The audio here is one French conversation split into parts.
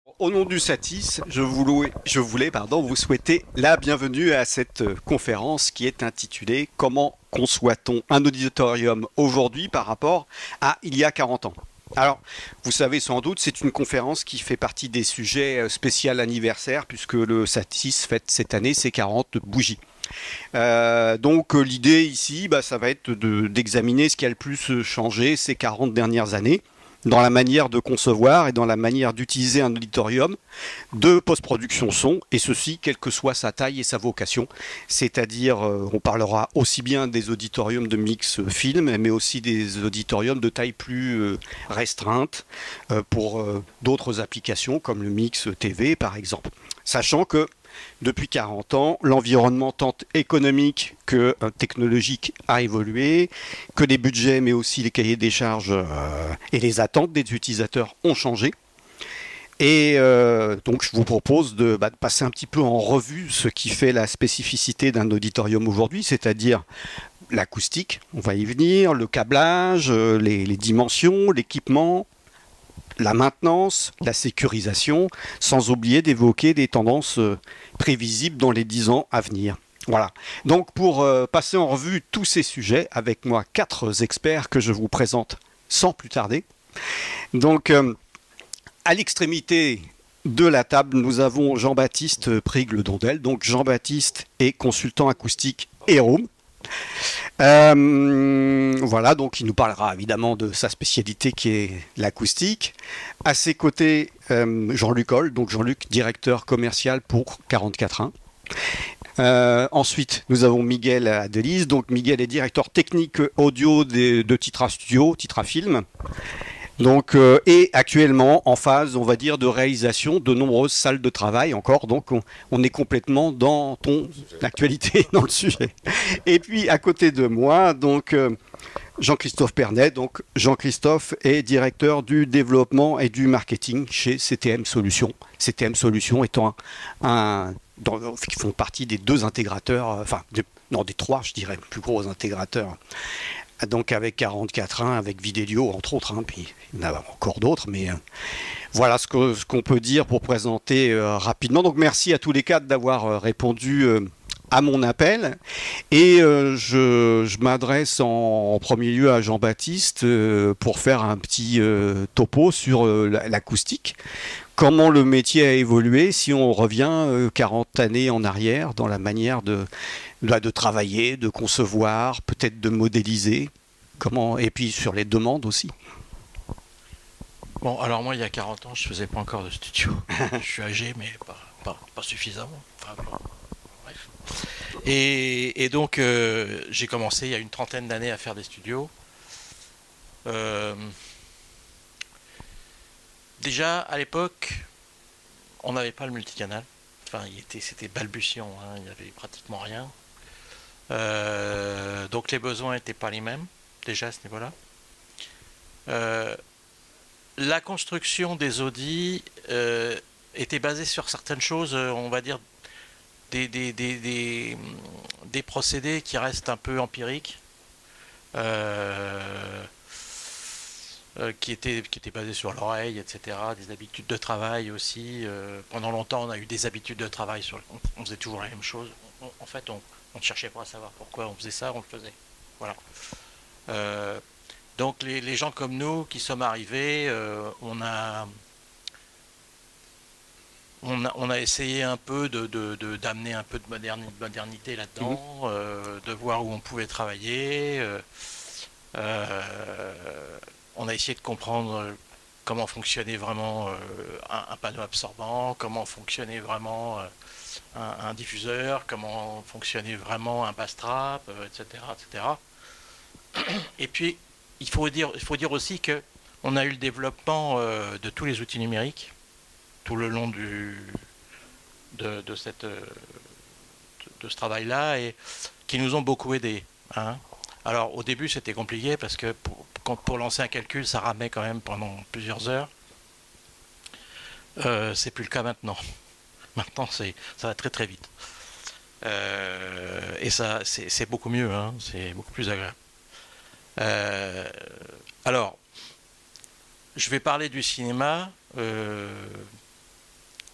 Au nom du Satis, je voulais vous souhaiter la bienvenue à cette conférence qui est intitulée Comment conçoit-on un auditorium aujourd'hui par rapport à il y a 40 ans. Alors, vous savez sans doute, c'est une conférence qui fait partie des sujets spécial anniversaire puisque le Satis fête cette année ses 40 bougies. Donc l'idée ici, ça va être d'examiner ce qui a le plus changé ces 40 dernières années dans la manière de concevoir et dans la manière d'utiliser un auditorium de post-production son, et ceci quelle que soit sa taille et sa vocation. C'est-à-dire, on parlera aussi bien des auditoriums de mix film, mais aussi des auditoriums de taille plus restreinte pour d'autres applications comme le mix TV par exemple. Sachant que depuis 40 ans, l'environnement tant économique que technologique a évolué, que les budgets mais aussi les cahiers des charges et les attentes des utilisateurs ont changé. Et donc je vous propose de passer un petit peu en revue ce qui fait la spécificité d'un auditorium aujourd'hui, c'est-à-dire l'acoustique, on va y venir, le câblage, les dimensions, l'équipement, la maintenance, la sécurisation, sans oublier d'évoquer des tendances prévisibles dans les 10 ans à venir. Voilà. Donc pour passer en revue tous ces sujets, avec moi 4 experts que je vous présente sans plus tarder. Donc à l'extrémité de la table, nous avons Jean-Baptiste Prigle-Dondel. Donc Jean-Baptiste est consultant acoustique et room. Voilà, donc il nous parlera évidemment de sa spécialité qui est l'acoustique. À ses côtés, Jean-Luc Holl, donc Jean-Luc, directeur commercial pour 44.1. Ensuite, nous avons Miguel Adelise. Donc Miguel est directeur technique audio de Titra Studio, Titra Film. Donc, et actuellement en phase, on va dire, de réalisation de nombreuses salles de travail encore. Donc, on est complètement dans ton actualité, dans le sujet. Et puis, à côté de moi, donc Jean-Christophe Pernet. Donc, Jean-Christophe est directeur du développement et du marketing chez CTM Solutions. CTM Solutions étant qui font partie des 2 intégrateurs, des 3, je dirais, plus gros intégrateurs. Donc avec 44.1, avec Vidélio entre autres, puis il y en a encore d'autres, mais voilà ce qu'on peut dire pour présenter rapidement. Donc merci à tous les 4 d'avoir répondu à mon appel, et je m'adresse en premier lieu à Jean-Baptiste pour faire un petit topo sur l'acoustique. Comment le métier a évolué si on revient 40 années en arrière dans la manière de travailler, de concevoir, peut-être de modéliser, et puis sur les demandes aussi. Bon, alors moi, il y a 40 ans, je faisais pas encore de studio. Je suis âgé, mais pas suffisamment. Enfin, bon, bref. Et donc, j'ai commencé il y a une trentaine d'années à faire des studios. Euh, Déjà, à l'époque, on n'avait pas le multicanal. Enfin, c'était balbutiant, hein, il n'y avait pratiquement rien. Donc les besoins n'étaient pas les mêmes, déjà à ce niveau-là. Euh, la construction des Audi était basée sur certaines choses, on va dire des, des, des, des, des procédés qui restent un peu empiriques, euh, qui étaient basés sur l'oreille, etc., des habitudes de travail aussi. Pendant longtemps, on a eu des habitudes de travail, on faisait toujours la même chose. En fait, on ne cherchait pas à savoir pourquoi on faisait ça, on le faisait. Voilà. Euh, donc les gens comme nous qui sommes arrivés, on a essayé un peu d'amener un peu de modernité Mhm. là-dedans, de voir où on pouvait travailler. Euh, on a essayé de comprendre comment fonctionnait vraiment un panneau absorbant, comment fonctionnait vraiment un diffuseur, comment fonctionnait vraiment un bass trap, etc., etc. Et puis, il faut dire aussi que on a eu le développement de tous les outils numériques tout le long de ce travail-là et qui nous ont beaucoup aidés, hein. Alors, au début, c'était compliqué parce que pour lancer un calcul, ça ramait quand même pendant plusieurs heures. C'est plus le cas maintenant. Maintenant, ça va très très vite. Et ça, c'est beaucoup mieux, hein. C'est beaucoup plus agréable. Euh, alors, je vais parler du cinéma.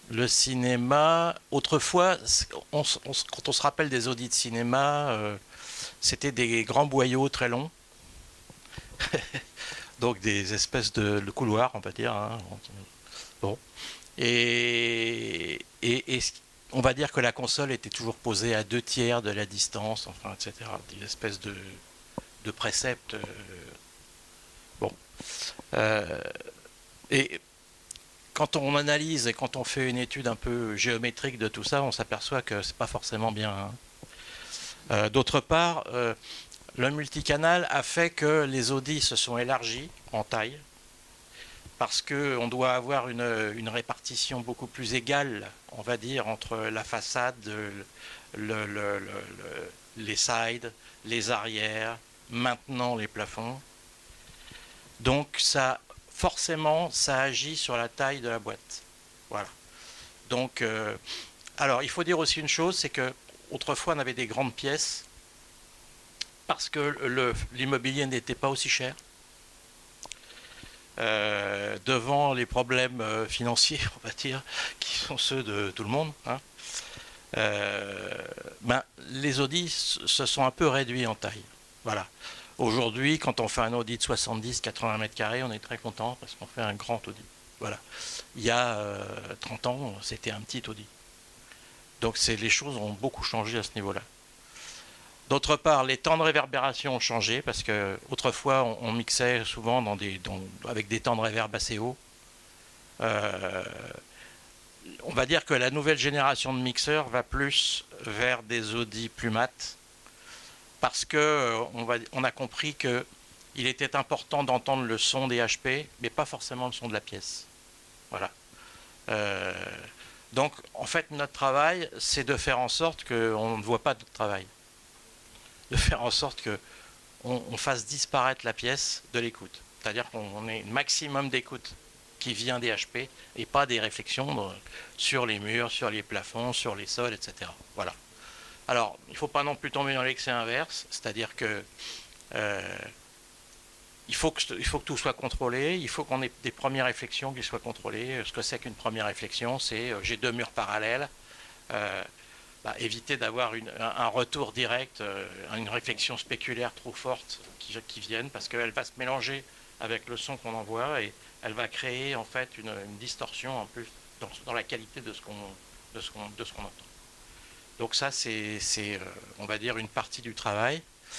Le cinéma, autrefois, quand on se rappelle des audits de cinéma, c'était des grands boyaux très longs, donc des espèces de couloirs, on va dire, hein. Bon. Et on va dire que la console était toujours posée à 2 tiers de la distance, enfin, etc. Des espèces de préceptes. Bon. Euh, et quand on analyse et quand on fait une étude un peu géométrique de tout ça, on s'aperçoit que c'est pas forcément bien, hein. D'autre part, le multicanal a fait que les audis se sont élargis en taille parce qu'on doit avoir une répartition beaucoup plus égale, on va dire, entre la façade, le- le- le- les sides, les arrières, maintenant les plafonds. Donc ça, forcément, ça agit sur la taille de la boîte. Voilà. Donc, alors, il faut dire aussi une chose, c'est que autrefois on avait des grandes pièces parce que l'immobilier n'était pas aussi cher. Devant les problèmes financiers, on va dire, qui sont ceux de tout le monde, hein, ben, les audits se sont un peu réduits en taille. Voilà. Aujourd'hui, quand on fait un audit de 70-80 mètres carrés, on est très content parce qu'on fait un grand audit. Voilà. Il y a 30 ans, c'était un petit audit. Donc les choses ont beaucoup changé à ce niveau-là. D'autre part, les temps de réverbération ont changé parce que autrefois on mixait souvent avec des temps de réverb assez hauts. Euh, on va dire que la nouvelle génération de mixeurs va plus vers des audis plus mat parce que on a compris que il était important d'entendre le son des HP, mais pas forcément le son de la pièce. Voilà. Euh, donc, en fait, notre travail, c'est de faire en sorte qu'on ne voit pas notre travail. De faire en sorte qu'on fasse disparaître la pièce de l'écoute. C'est-à-dire qu'on ait un maximum d'écoute qui vient des HP et pas des réflexions sur les murs, sur les plafonds, sur les sols, etc. Voilà. Alors, il ne faut pas non plus tomber dans l'excès inverse, c'est-à-dire que il faut que tout soit contrôlé, il faut qu'on ait des premières réflexions qui soient contrôlées. Ce que c'est qu'une première réflexion, c'est j'ai 2 murs parallèles, éviter d'avoir un retour direct, une réflexion spéculaire trop forte qui vienne, parce qu'elle va se mélanger avec le son qu'on envoie et elle va créer en fait une distorsion en plus dans la qualité de ce qu'on entend. Donc ça, c'est on va dire, une partie du travail.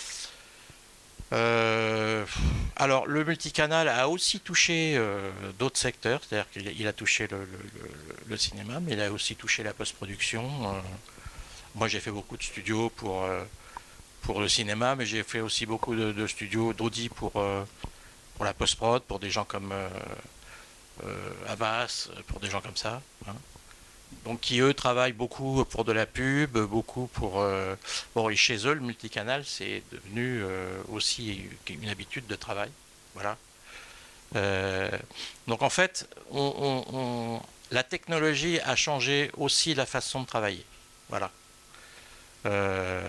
Alors, le multicanal a aussi touché d'autres secteurs, c'est-à-dire qu'il a touché le cinéma, mais il a aussi touché la post-production. Moi, j'ai fait beaucoup de studios pour le cinéma, mais j'ai fait aussi beaucoup de studios d'audit pour la post-prod, pour des gens comme Havas, pour des gens comme ça, hein. Donc qui eux travaillent beaucoup pour de la pub, beaucoup pour bon, et chez eux le multicanal c'est devenu aussi une habitude de travail, voilà. Euh, donc en fait la technologie a changé aussi la façon de travailler, voilà. Euh,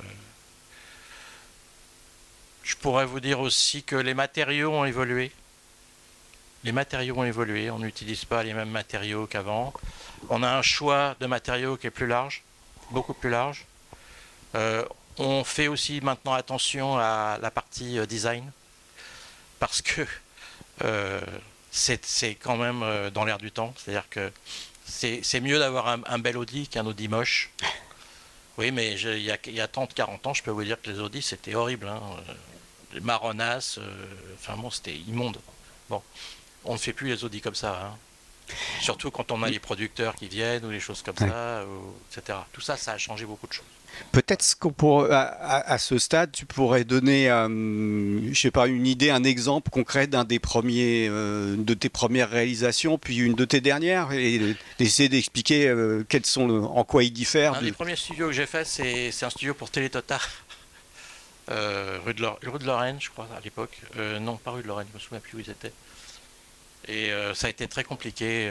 je pourrais vous dire aussi que les matériaux ont évolué. Les matériaux ont évolué, on n'utilise pas les mêmes matériaux qu'avant. On a un choix de matériaux qui est plus large, beaucoup plus large. Euh, on fait aussi maintenant attention à la partie design, parce que euh, c'est quand même dans l'air du temps. C'est-à-dire que c'est mieux d'avoir un bel Audi qu'un Audi moche. Oui, mais il y a 30-40 ans, je peux vous dire que les Audi, c'était horrible, hein. Marronasse, enfin bon, c'était immonde. Bon, on ne fait plus les Audi comme ça, hein. Surtout quand on a les producteurs qui viennent ou les choses comme Ouais. ça, etc. Tout ça, ça a changé beaucoup de choses. Peut-être à ce stade, tu pourrais donner, je sais pas, une idée, un exemple concret d'un des premiers, de tes premières réalisations, puis une de tes dernières, et essayer d'expliquer en quoi ils diffèrent. Un des premiers studios que j'ai fait, c'est un studio pour Télétota, rue de Lorraine, je crois, à l'époque. Non, pas rue de Lorraine, je me souviens plus où ils étaient. Et ça a été très compliqué.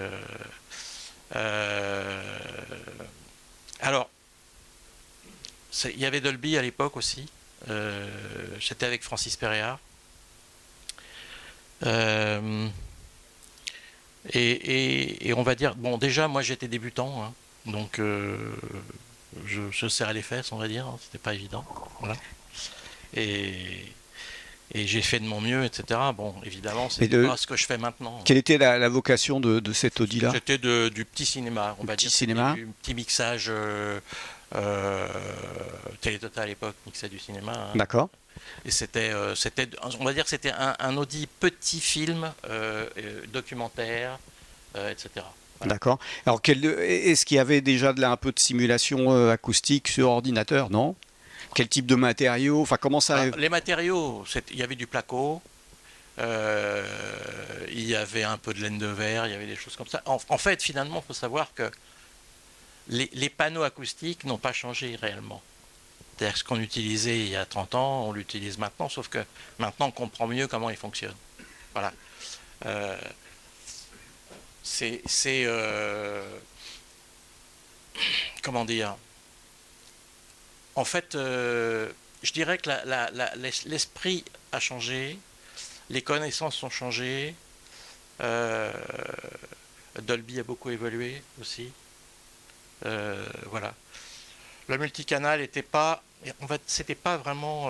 Euh, alors, il y avait Dolby à l'époque aussi. J'étais avec Francis Péréard. Euh, Et on va dire, bon, déjà, moi j'étais débutant, hein, donc je serrais les fesses, on va dire, hein, c'était pas évident. Voilà. Et, et j'ai fait de mon mieux, etc. Bon, évidemment, Mais c'était pas ce que je fais maintenant. quelle était la vocation de cet Audi-là? C'était du petit cinéma, on va Petit dire. cinéma. Du petit mixage. Télétotal à l'époque mixait du cinéma. Hein. D'accord. Et on va dire que c'était un Audi petit film, documentaire, etc. Voilà. D'accord. Alors, est-ce qu'il y avait déjà un peu de simulation acoustique sur ordinateur, non? Quel type de matériaux? Enfin, comment ça... Alors, les matériaux, il y avait du placo, il y avait un peu de laine de verre, il y avait des choses comme ça. En fait, finalement, il faut savoir que les panneaux acoustiques n'ont pas changé réellement. C'est-à-dire ce qu'on utilisait il y a 30 ans, on l'utilise maintenant, sauf que maintenant on comprend mieux comment il fonctionne. Voilà. Euh, c'est comment dire? En fait, je dirais que l'esprit a changé, les connaissances ont changé, euh, Dolby a beaucoup évolué aussi. Voilà. Le multicanal était pas, en fait, c'était pas vraiment,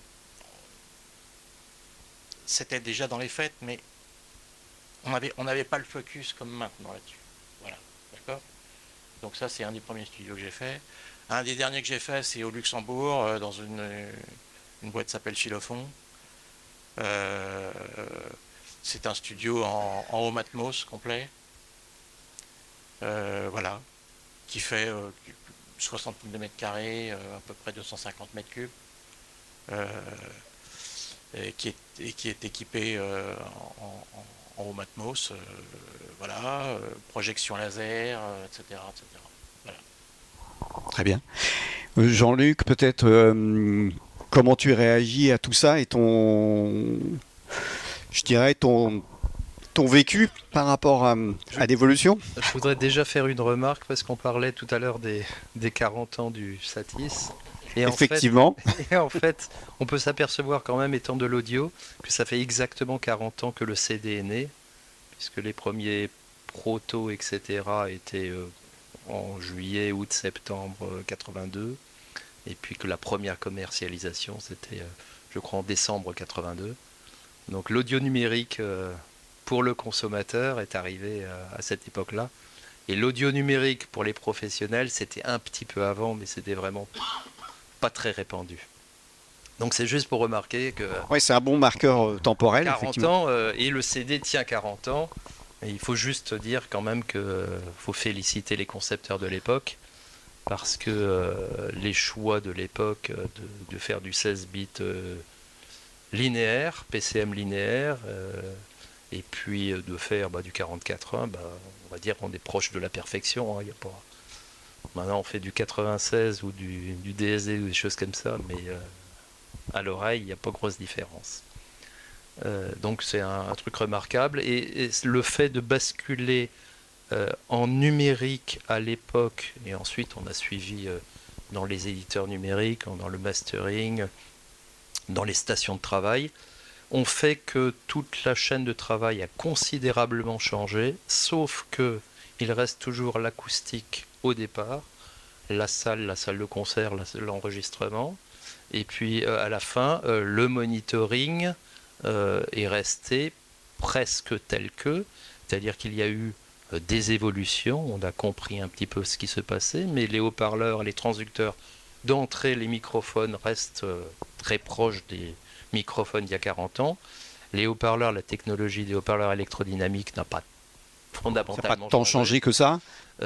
c'était déjà dans les fêtes, mais on n'avait pas le focus comme maintenant là-dessus. Voilà, d'accord. Donc ça, c'est un des premiers studios que j'ai fait. Un des derniers que j'ai fait, c'est au Luxembourg, dans une boîte qui s'appelle Xylophon. Euh, c'est un studio en home atmos complet. Voilà, qui fait 62 mètres carrés, à peu près 250 mètres cubes, et qui est équipé en home atmos, voilà, projection laser, etc., etc. Voilà. Très bien. Jean-Luc, peut-être, comment tu réagis à tout ça et je dirais, ton vécu par rapport à l'évolution? Je voudrais déjà faire une remarque parce qu'on parlait tout à l'heure des 40 ans du Satis. Et Effectivement. En fait, on peut s'apercevoir quand même, étant de l'audio, que ça fait exactement 40 ans que le CD est né, puisque les premiers protos, etc., étaient en juillet, août, septembre 82, et puis que la première commercialisation, c'était, je crois, en décembre 82. Donc l'audio numérique pour le consommateur est arrivé à cette époque-là. Et l'audio numérique pour les professionnels, c'était un petit peu avant, mais c'était vraiment pas très répandu. Donc c'est juste pour remarquer que Oui, c'est un bon marqueur temporel. 40 ans, et le CD tient 40 ans. Et il faut juste dire quand même qu'il faut féliciter les concepteurs de l'époque, parce que les choix de l'époque de faire du 16 bits linéaire, PCM linéaire, et puis de faire du 44.1, on va dire qu'on est proche de la perfection. Hein, y a pas... Maintenant on fait du 96 ou du DSD ou des choses comme ça, mais à l'oreille il n'y a pas grosse différence. Donc c'est un truc remarquable, et le fait de basculer en numérique à l'époque, et ensuite on a suivi dans les éditeurs numériques, dans le mastering, dans les stations de travail, on fait que toute la chaîne de travail a considérablement changé, sauf que il reste toujours l'acoustique au départ, la salle de concert, l'enregistrement, et puis à la fin, le monitoring est resté presque tel que, c'est-à-dire qu'il y a eu des évolutions, on a compris un petit peu ce qui se passait, mais les haut-parleurs, les transducteurs d'entrée, les microphones restent très proches des microphones d'il y a 40 ans. Les haut-parleurs, la technologie des haut-parleurs électrodynamiques n'a pas fondamentalement ça n'a pas tant changé que ça.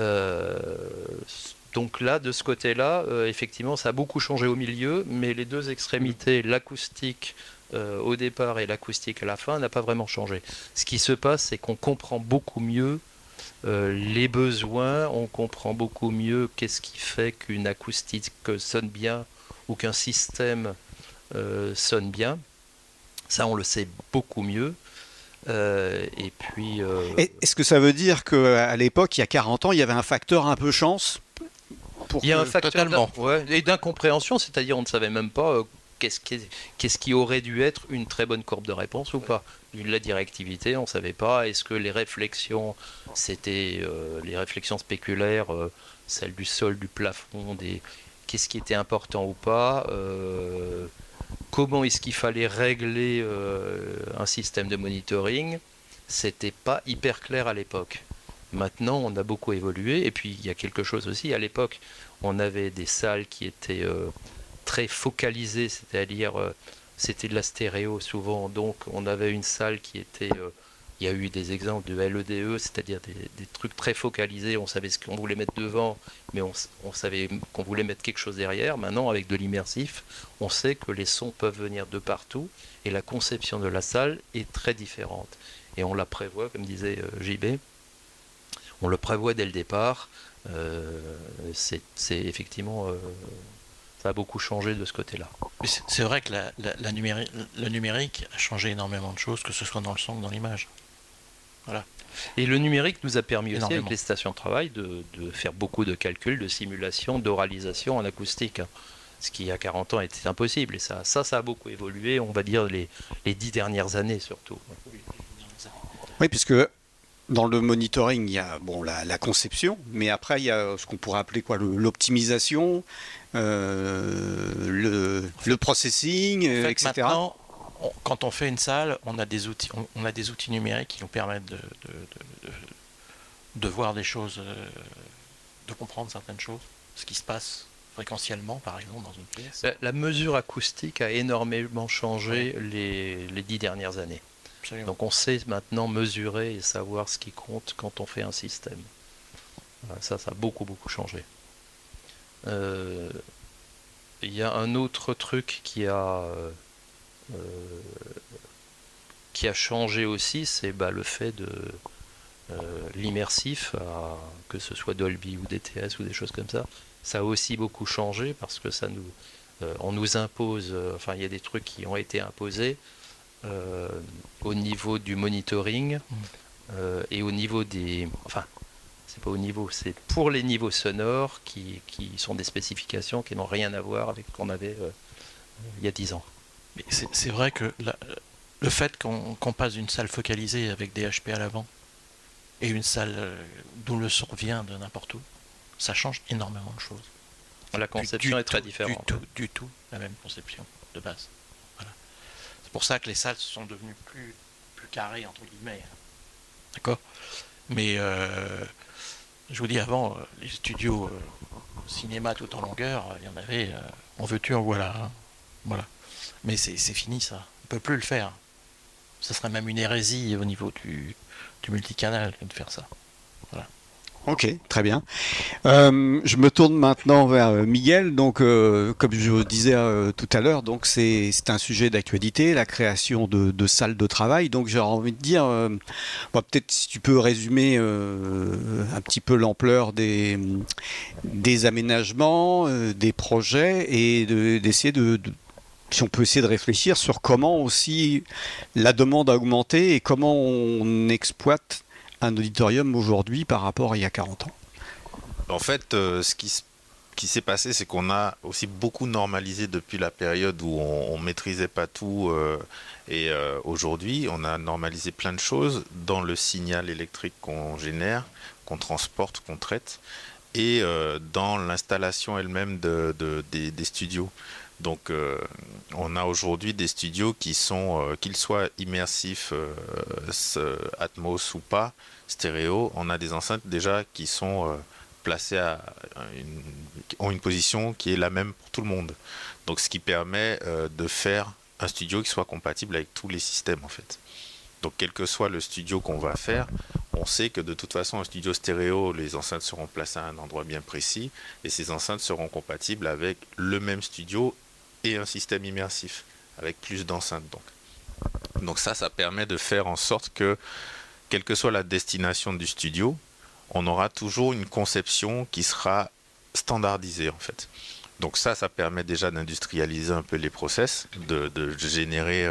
Donc là, de ce côté-là, effectivement, ça a beaucoup changé au milieu, mais les deux extrémités, l'acoustique au départ et l'acoustique à la fin, n'a pas vraiment changé. Ce qui se passe, c'est qu'on comprend beaucoup mieux les besoins, on comprend beaucoup mieux qu'est-ce qui fait qu'une acoustique sonne bien ou qu'un système sonne bien. Ça, on le sait beaucoup mieux. Et puis, Est-ce que ça veut dire qu'à l'époque, il y a 40 ans, il y avait un facteur un peu chance il y a un facteur totalement. et d'incompréhension, c'est-à-dire on ne savait même pas qu'est-ce qui aurait dû être une très bonne courbe de réponse ou pas. La directivité, on ne savait pas. Est-ce que les réflexions, c'était les réflexions spéculaires, celles du sol, du plafond, qu'est-ce qui était important ou pas, comment est-ce qu'il fallait régler un système de monitoring, c'était pas hyper clair à l'époque. Maintenant, on a beaucoup évolué. Et puis, il y a quelque chose aussi. À l'époque, on avait des salles qui étaient très focalisées, c'est-à-dire c'était de la stéréo souvent. Donc, on avait une salle qui était... il y a eu des exemples de LEDE, c'est-à-dire des trucs très focalisés. On savait ce qu'on voulait mettre devant, mais on savait qu'on voulait mettre quelque chose derrière. Maintenant, avec de l'immersif, on sait que les sons peuvent venir de partout et la conception de la salle est très différente. Et on la prévoit, comme disait JB, on le prévoit dès le départ. C'est effectivement... ça a beaucoup changé de ce côté-là. C'est vrai que le numérique a changé énormément de choses, que ce soit dans le son que dans l'image. Voilà. Et le numérique nous a permis aussi, avec les stations de travail, de faire beaucoup de calculs, de simulations, d'oralisation en acoustique. Ce qui, il y a 40 ans, était impossible. Et ça a beaucoup évolué, on va dire, les 10 dernières années surtout. Oui, puisque dans le monitoring, il y a la conception, mais après, il y a ce qu'on pourrait appeler l'optimisation, le processing, en fait, etc. Maintenant, quand on fait une salle, on a des outils numériques qui nous permettent de voir des choses, de comprendre certaines choses, ce qui se passe fréquentiellement, par exemple, dans une pièce. La mesure acoustique a énormément changé les 10 dernières années. Absolument. Donc on sait maintenant mesurer et savoir ce qui compte quand on fait un système. Ça a beaucoup changé. Il y a un autre truc qui a changé aussi, c'est le fait de l'immersif, que ce soit Dolby ou DTS ou des choses comme ça. Ça a aussi beaucoup changé parce que on nous impose, il y a des trucs qui ont été imposés au niveau du monitoring et au niveau c'est pas au niveau, c'est pour les niveaux sonores qui sont des spécifications qui n'ont rien à voir avec ce qu'on avait il y a 10 ans. Mais c'est vrai que le fait qu'on passe d'une salle focalisée avec des HP à l'avant et une salle d'où le son vient de n'importe où, ça change énormément de choses. La conception est très différente. Du tout la même conception de base. Voilà. C'est pour ça que les salles sont devenues plus carrées, entre guillemets. D'accord ? Mais je vous dis avant, les studios cinéma tout en longueur, il y en avait, en veux-tu, en voilà. Hein. Voilà. Mais c'est fini ça. On ne peut plus le faire. Ce serait même une hérésie au niveau du multicanal de faire ça. Voilà. Ok, très bien. Je me tourne maintenant vers Miguel. Donc, comme je vous disais tout à l'heure, donc c'est un sujet d'actualité, la création de salles de travail. Donc, j'aurais envie de dire, peut-être si tu peux résumer un petit peu l'ampleur des aménagements, des projets, et d'essayer si on peut essayer de réfléchir sur comment aussi la demande a augmenté et comment on exploite un auditorium aujourd'hui par rapport à il y a 40 ans. En fait, ce qui s'est passé, c'est qu'on a aussi beaucoup normalisé depuis la période où on maîtrisait pas tout. Et aujourd'hui, on a normalisé plein de choses dans le signal électrique qu'on génère, qu'on transporte, qu'on traite, et dans l'installation elle-même des studios. Donc, on a aujourd'hui des studios qui sont, qu'ils soient immersifs, Atmos ou pas, stéréo. On a des enceintes déjà qui sont placées ont une position qui est la même pour tout le monde. Donc, ce qui permet de faire un studio qui soit compatible avec tous les systèmes, en fait. Donc, quel que soit le studio qu'on va faire, on sait que de toute façon, un studio stéréo, les enceintes seront placées à un endroit bien précis et ces enceintes seront compatibles avec le même studio et un système immersif avec plus d'enceintes. Donc ça permet de faire en sorte que, quelle que soit la destination du studio, on aura toujours une conception qui sera standardisée en fait. Donc ça permet déjà d'industrialiser un peu les process, de générer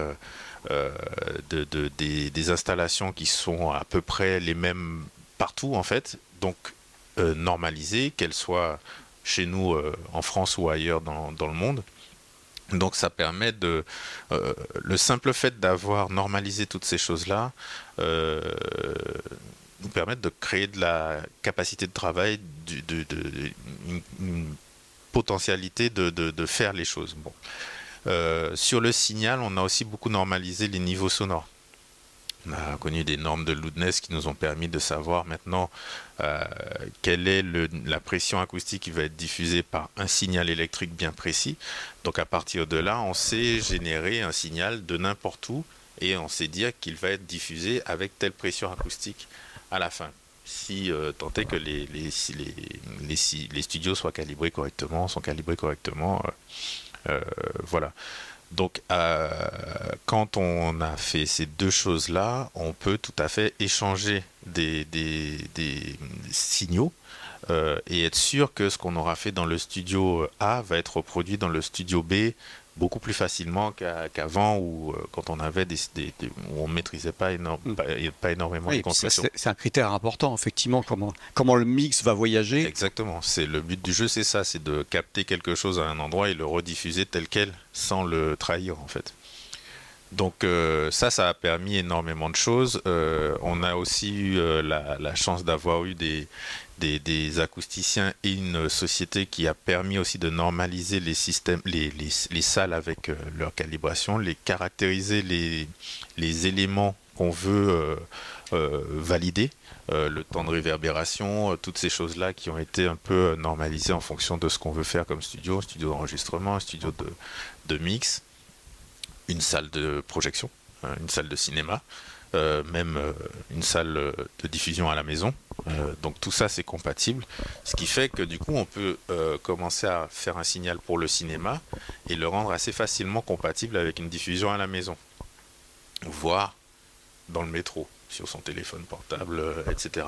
des installations qui sont à peu près les mêmes partout en fait. Donc normalisées, qu'elles soient chez nous en France ou ailleurs dans le monde. Donc ça permet le simple fait d'avoir normalisé toutes ces choses-là euh, nous permet de créer de la capacité de travail, une potentialité de faire les choses. Bon. Sur le signal, on a aussi beaucoup normalisé les niveaux sonores. On a connu des normes de loudness qui nous ont permis de savoir maintenant quelle est la pression acoustique qui va être diffusée par un signal électrique bien précis. Donc à partir de là, on sait générer un signal de n'importe où et on sait dire qu'il va être diffusé avec telle pression acoustique à la fin. Si tant est que les studios sont calibrés correctement, voilà. Donc, quand on a fait ces deux choses-là, on peut tout à fait échanger des signaux et être sûr que ce qu'on aura fait dans le studio A va être reproduit dans le studio B beaucoup plus facilement qu'avant où quand on avait où on maîtrisait pas énormément Oui, les constructions. C'est un critère important, effectivement, comment le mix va voyager. Exactement, c'est le but du jeu, c'est ça, c'est de capter quelque chose à un endroit et le rediffuser tel quel sans le trahir en fait. Donc ça a permis énormément de choses. On a aussi eu la chance d'avoir eu des acousticiens et une société qui a permis aussi de normaliser les systèmes, les salles avec leur calibration, les caractériser les éléments qu'on veut valider, le temps de réverbération, toutes ces choses-là qui ont été un peu normalisées en fonction de ce qu'on veut faire comme studio, studio d'enregistrement, studio de mix, une salle de projection, une salle de cinéma, même une salle de diffusion à la maison. Donc tout ça c'est compatible, ce qui fait que du coup on peut commencer à faire un signal pour le cinéma et le rendre assez facilement compatible avec une diffusion à la maison, voire dans le métro, sur son téléphone portable, etc.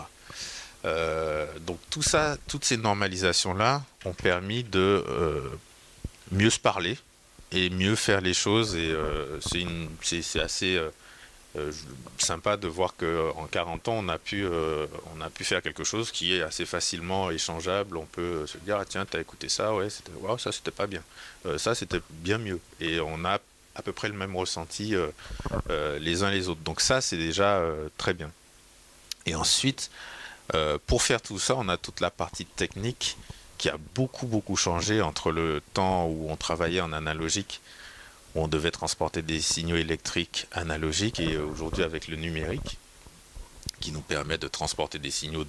Donc tout ça, toutes ces normalisations-là ont permis de mieux se parler et mieux faire les choses et c'est assez sympa de voir qu'en 40 ans on a pu faire quelque chose qui est assez facilement échangeable. On peut se dire ah tiens t'as écouté ça, ouais c'était wow, ça c'était pas bien, ça c'était bien mieux, et on a à peu près le même ressenti les uns les autres, donc ça c'est déjà très bien. Et ensuite pour faire tout ça on a toute la partie technique qui a beaucoup changé entre le temps où on travaillait en analogique, où on devait transporter des signaux électriques analogiques, et aujourd'hui avec le numérique qui nous permet de transporter des signaux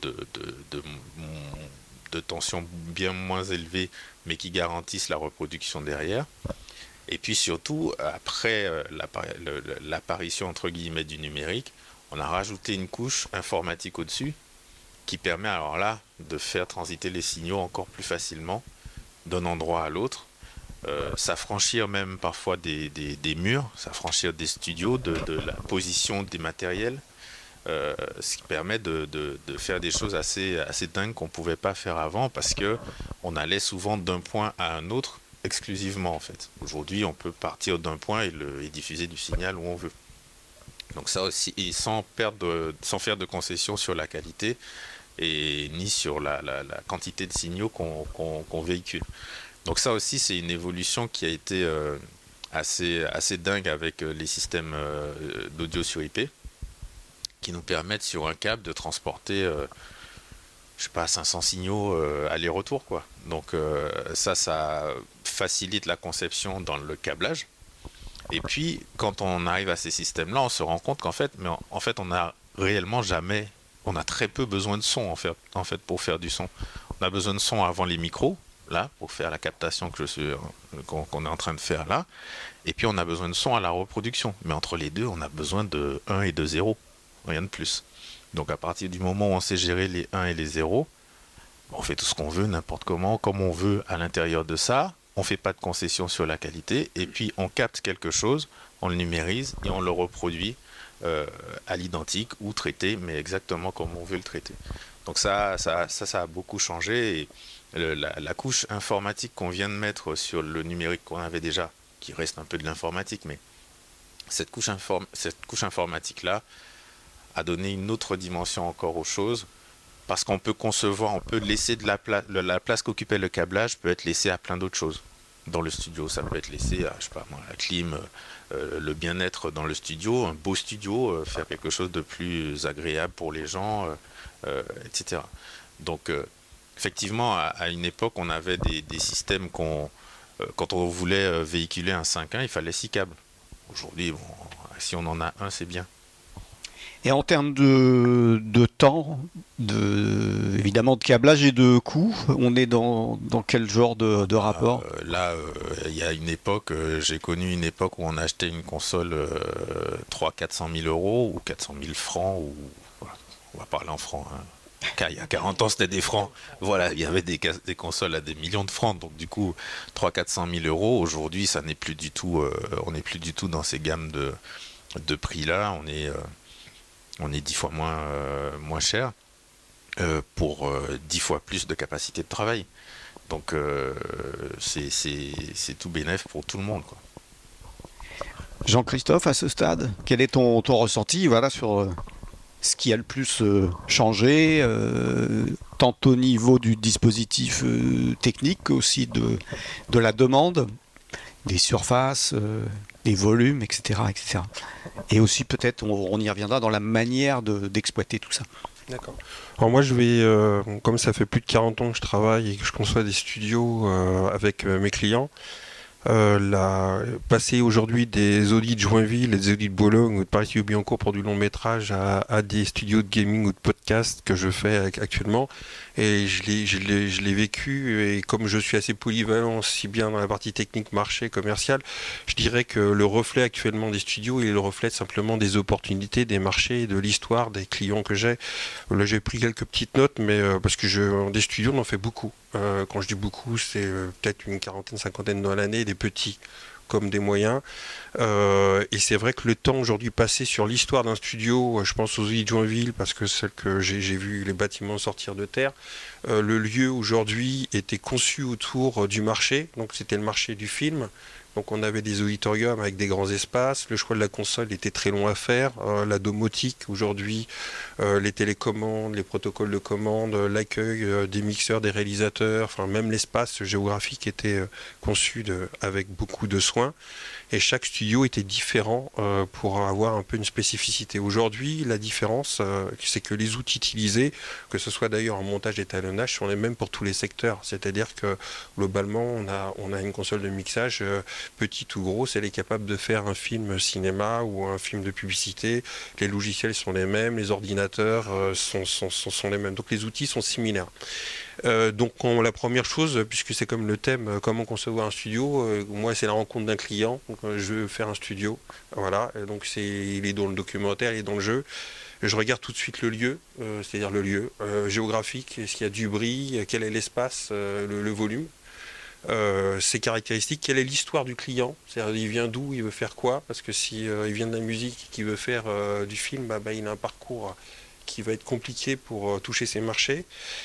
de tension bien moins élevée mais qui garantissent la reproduction derrière. Et puis surtout après l'apparition entre guillemets du numérique, on a rajouté une couche informatique au-dessus qui permet alors là de faire transiter les signaux encore plus facilement d'un endroit à l'autre, s'affranchir même parfois des murs, s'affranchir des studios, de la position des matériels, ce qui permet de faire des choses assez dingues qu'on ne pouvait pas faire avant parce que on allait souvent d'un point à un autre exclusivement en fait. Aujourd'hui on peut partir d'un point et diffuser du signal où on veut. Donc ça aussi, et sans faire de concessions sur la qualité et ni sur la quantité de signaux qu'on véhicule. Donc ça aussi c'est une évolution qui a été assez dingue avec les systèmes d'audio sur IP qui nous permettent sur un câble de transporter je sais pas 500 signaux aller-retour quoi. Donc ça facilite la conception dans le câblage. Et puis quand on arrive à ces systèmes là on se rend compte qu'en fait on a réellement jamais, on a très peu besoin de son en fait pour faire du son. On a besoin de son avant les micros là pour faire la captation qu'on est en train de faire là, et puis on a besoin de son à la reproduction, mais entre les deux on a besoin de 1 et de 0, rien de plus. Donc à partir du moment où on sait gérer les 1 et les 0, on fait tout ce qu'on veut n'importe comment, comme on veut à l'intérieur de ça, on fait pas de concessions sur la qualité, et puis on capte quelque chose, on le numérise et on le reproduit à l'identique ou traité, mais exactement comme on veut le traiter. Donc ça a beaucoup changé, et la couche informatique qu'on vient de mettre sur le numérique qu'on avait déjà, qui reste un peu de l'informatique, mais cette couche informatique-là a donné une autre dimension encore aux choses, parce qu'on peut concevoir, on peut laisser la place qu'occupait le câblage peut être laissée à plein d'autres choses. dans le studio. Ça peut être laisser, je sais pas moi, la clim, le bien-être dans le studio, un beau studio, faire quelque chose de plus agréable pour les gens, etc. Donc, effectivement, à une époque, on avait des systèmes quand on voulait véhiculer un 5.1, il fallait 6 câbles. Aujourd'hui, bon, si on en a un, c'est bien. Et en termes de temps, évidemment de câblage et de coût, on est dans quel genre de rapport? Là, il y a une époque, j'ai connu une époque où on achetait une console 300 000 à 400 000 euros ou 400 000 francs, ou voilà, on va parler en francs, hein. Car il y a 40 ans, c'était des francs. Voilà, il y avait des consoles à des millions de francs. Donc, du coup, 300 000 à 400 000 euros. Aujourd'hui, ça n'est plus du tout, on n'est plus du tout dans ces gammes de prix-là. On est 10 fois moins cher pour 10 fois plus de capacité de travail. Donc, c'est tout bénef pour tout le monde, quoi. Jean-Christophe, à ce stade, quel est ton ressenti, voilà, sur ce qui a le plus changé, tant au niveau du dispositif technique qu'aussi de la demande, des surfaces, des volumes, etc., etc. Et aussi peut-être, on y reviendra, dans la manière d'exploiter tout ça. D'accord. Alors moi je vais, comme ça fait plus de 40 ans que je travaille et que je conçois des studios avec mes clients, passer aujourd'hui des audits de Joinville, des audits de Bologne ou de Paris-Biancourt pour du long métrage à des studios de gaming ou de podcast que je fais actuellement, et je l'ai vécu, et comme je suis assez polyvalent aussi bien dans la partie technique, marché, commercial, je dirais que le reflet actuellement des studios, il est le reflet simplement des opportunités, des marchés, de l'histoire, des clients que j'ai. Là j'ai pris quelques petites notes, mais parce que des studios on en fait beaucoup. Quand je dis beaucoup, c'est peut-être une quarantaine, cinquantaine dans l'année, des petits comme des moyens. Et c'est vrai que le temps aujourd'hui passé sur l'histoire d'un studio, je pense aux îles de Joinville, parce que celle que j'ai vu les bâtiments sortir de terre, le lieu aujourd'hui était conçu autour du marché, donc c'était le marché du film. Donc on avait des auditoriums avec des grands espaces, le choix de la console était très long à faire, la domotique aujourd'hui, les télécommandes, les protocoles de commande, l'accueil des mixeurs, des réalisateurs, enfin même l'espace géographique était conçu avec beaucoup de soins. Et chaque studio était différent pour avoir un peu une spécificité. Aujourd'hui, la différence, c'est que les outils utilisés, que ce soit d'ailleurs en montage et étalonnage, sont les mêmes pour tous les secteurs. C'est-à-dire que globalement, on a une console de mixage, petite ou grosse, elle est capable de faire un film cinéma ou un film de publicité. Les logiciels sont les mêmes, les ordinateurs sont les mêmes. Donc les outils sont similaires. Donc la première chose, puisque c'est comme le thème, comment concevoir un studio, moi c'est la rencontre d'un client, donc, je veux faire un studio, voilà, et donc il est dans le documentaire, il est dans le jeu. Je regarde tout de suite le lieu, c'est-à-dire le lieu géographique, est-ce qu'il y a du bruit, quel est l'espace, le volume, ses caractéristiques, quelle est l'histoire du client, c'est-à-dire il vient d'où, il veut faire quoi, parce que si il vient de la musique, qu'il veut faire du film, il a un parcours qui va être compliqué pour toucher ses marchés.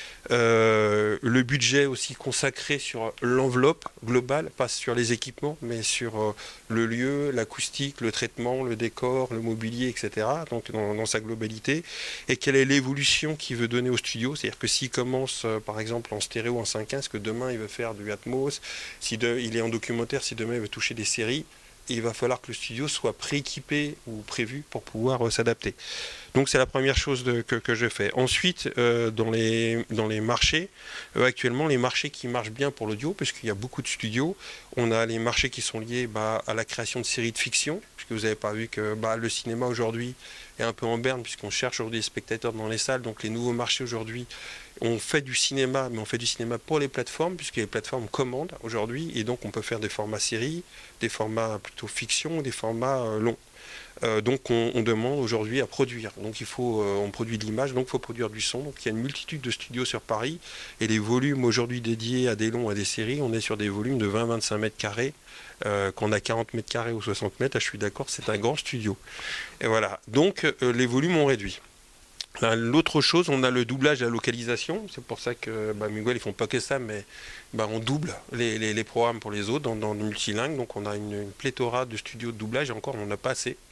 Le budget aussi consacré sur l'enveloppe globale, pas sur les équipements, mais sur le lieu, l'acoustique, le traitement, le décor, le mobilier, etc. Donc dans sa globalité. Et quelle est l'évolution qu'il veut donner au studio. C'est-à-dire que s'il commence par exemple en stéréo, en 5.1, est-ce que demain il veut faire du Atmos, si il est en documentaire, si demain il veut toucher des séries, il va falloir que le studio soit prééquipé ou prévu pour pouvoir s'adapter. Donc c'est la première chose que je fais. Ensuite, dans les marchés, actuellement les marchés qui marchent bien pour l'audio, puisqu'il y a beaucoup de studios, on a les marchés qui sont liés à la création de séries de fiction, puisque vous n'avez pas vu que le cinéma aujourd'hui est un peu en berne, puisqu'on cherche aujourd'hui des spectateurs dans les salles. Donc les nouveaux marchés aujourd'hui, on fait du cinéma, mais on fait du cinéma pour les plateformes, puisque les plateformes commandent aujourd'hui, et donc on peut faire des formats séries, des formats plutôt fiction, des formats longs. Donc on demande aujourd'hui à produire. Donc on produit de l'image, donc il faut produire du son. Donc il y a une multitude de studios sur Paris, et les volumes aujourd'hui dédiés à des longs, à des séries, on est sur des volumes de 20-25 mètres carrés. Qu'on a 40 mètres carrés ou 60 mètres, je suis d'accord, c'est un grand studio. Et voilà, donc les volumes ont réduit. L'autre chose, on a le doublage et la localisation. C'est pour ça que Miguel, ils font pas que ça, mais on double les programmes pour les autres dans le multilingue. Donc on a une pléthora de studios de doublage, et encore on n'en a pas assez.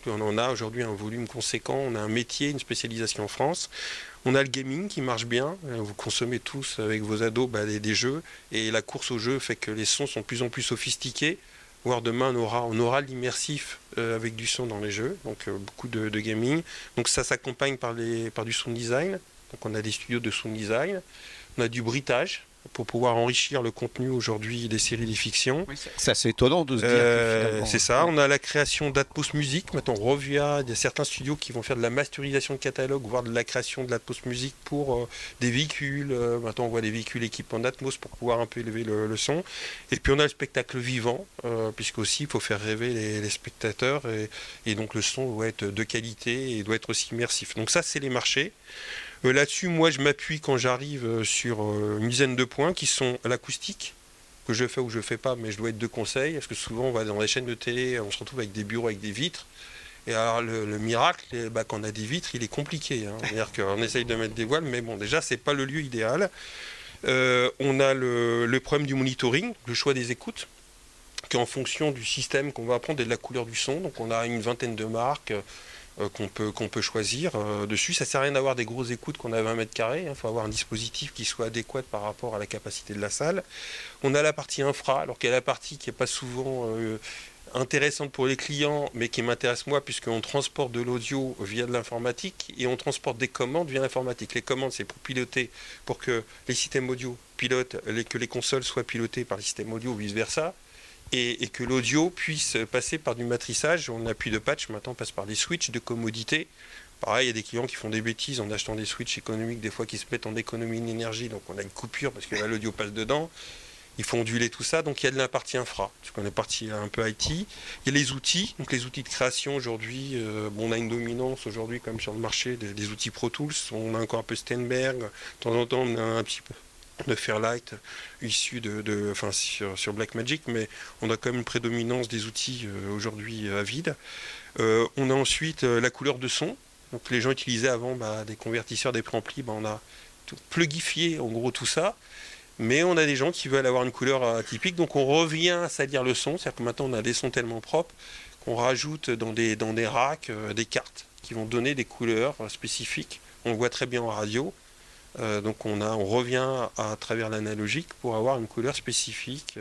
On en a aujourd'hui un volume conséquent, on a un métier, une spécialisation en France. On a le gaming qui marche bien, vous consommez tous avec vos ados des jeux, et la course au jeu fait que les sons sont de plus en plus sophistiqués, voire demain on aura l'immersif avec du son dans les jeux, donc beaucoup de gaming. Donc ça s'accompagne par du sound design, donc on a des studios de sound design, on a du bruitage, pour pouvoir enrichir le contenu aujourd'hui des séries, des fictions. Oui, c'est assez étonnant de se dire que finalement... C'est ça, on a la création d'Atmos Music, maintenant on revient, il y a certains studios qui vont faire de la masterisation de catalogue, voire de la création de l'Atmos Music pour des véhicules, maintenant on voit des véhicules équipés en Atmos pour pouvoir un peu élever le son. Et puis on a le spectacle vivant, puisqu'aussi il faut faire rêver les spectateurs, et donc le son doit être de qualité et doit être aussi immersif. Donc ça c'est les marchés. Là-dessus, moi, je m'appuie quand j'arrive sur une dizaine de points qui sont l'acoustique, que je fais ou je fais pas, mais je dois être de conseil, parce que souvent, on va dans les chaînes de télé, on se retrouve avec des bureaux avec des vitres. Et alors, le miracle, quand on a des vitres, il est compliqué. C'est-à-dire qu'on essaye de mettre des voiles, mais bon, déjà, c'est pas le lieu idéal. On a le problème du monitoring, le choix des écoutes, qui est en fonction du système qu'on va prendre et de la couleur du son. Donc, on a une vingtaine de marques qu'on peut choisir dessus. Ça sert à rien d'avoir des grosses écoutes qu'on a 20 mètres carrés. Il faut avoir un dispositif qui soit adéquat par rapport à la capacité de la salle. On a la partie infra, alors qu'il y a la partie qui n'est pas souvent intéressante pour les clients, mais qui m'intéresse moi, puisqu'on transporte de l'audio via de l'informatique et on transporte des commandes via l'informatique. Les commandes, c'est pour piloter, pour que les systèmes audio pilotent, que les consoles soient pilotées par les systèmes audio ou vice-versa. Et que l'audio puisse passer par du matrissage. On n'a plus de patch, maintenant on passe par des switches de commodité. Pareil, il y a des clients qui font des bêtises en achetant des switches économiques, des fois qui se mettent en économie d'énergie, donc on a une coupure parce que là l'audio passe dedans. Il faut onduler tout ça, donc il y a de la partie infra, parce qu'on est parti un peu IT. Il y a les outils, donc les outils de création aujourd'hui, on a une dominance aujourd'hui comme sur le marché des outils Pro Tools, on a encore un peu Steinberg, de temps en temps on a un petit peu de Fairlight issu sur Blackmagic, mais on a quand même une prédominance des outils aujourd'hui à vide. On a ensuite la couleur de son. Donc les gens utilisaient avant des convertisseurs, des préamplis, on a plugifié en gros tout ça. Mais on a des gens qui veulent avoir une couleur atypique, donc on revient à salir le son, c'est-à-dire que maintenant on a des sons tellement propres qu'on rajoute dans des racks des cartes qui vont donner des couleurs spécifiques. On le voit très bien en radio. Donc on revient à travers l'analogique pour avoir une couleur spécifique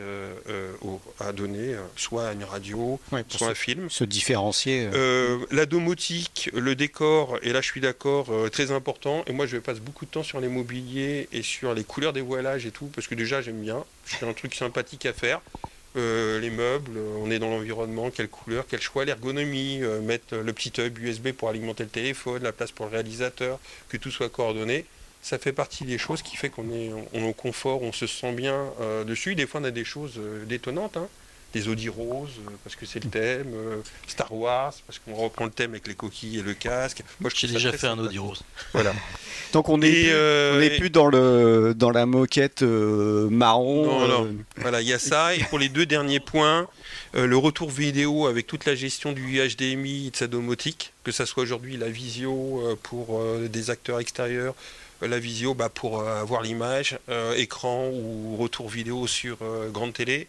à donner, soit à une radio, soit à un film. Se différencier. La domotique, le décor, et là je suis d'accord, très important. Et moi je passe beaucoup de temps sur les mobiliers et sur les couleurs des voilages et tout, parce que déjà j'aime bien. C'est un truc sympathique à faire. Les meubles, on est dans l'environnement, quelle couleur, quel choix, l'ergonomie, mettre le petit hub USB pour alimenter le téléphone, la place pour le réalisateur, que tout soit coordonné. Ça fait partie des choses qui fait qu'on est au confort, on se sent bien dessus. Des fois, on a des choses détonnantes, des Audi roses, parce que c'est le thème, Star Wars, parce qu'on reprend le thème avec les coquilles et le casque. Moi, j'ai déjà fait un Audi rose. Voilà. Donc on n'est plus dans la moquette marron. Non. Voilà, il y a ça. Et pour les deux derniers points, le retour vidéo avec toute la gestion du HDMI et de sa domotique, que ça soit aujourd'hui la visio pour des acteurs extérieurs, la visio pour avoir l'image, écran ou retour vidéo sur grande télé.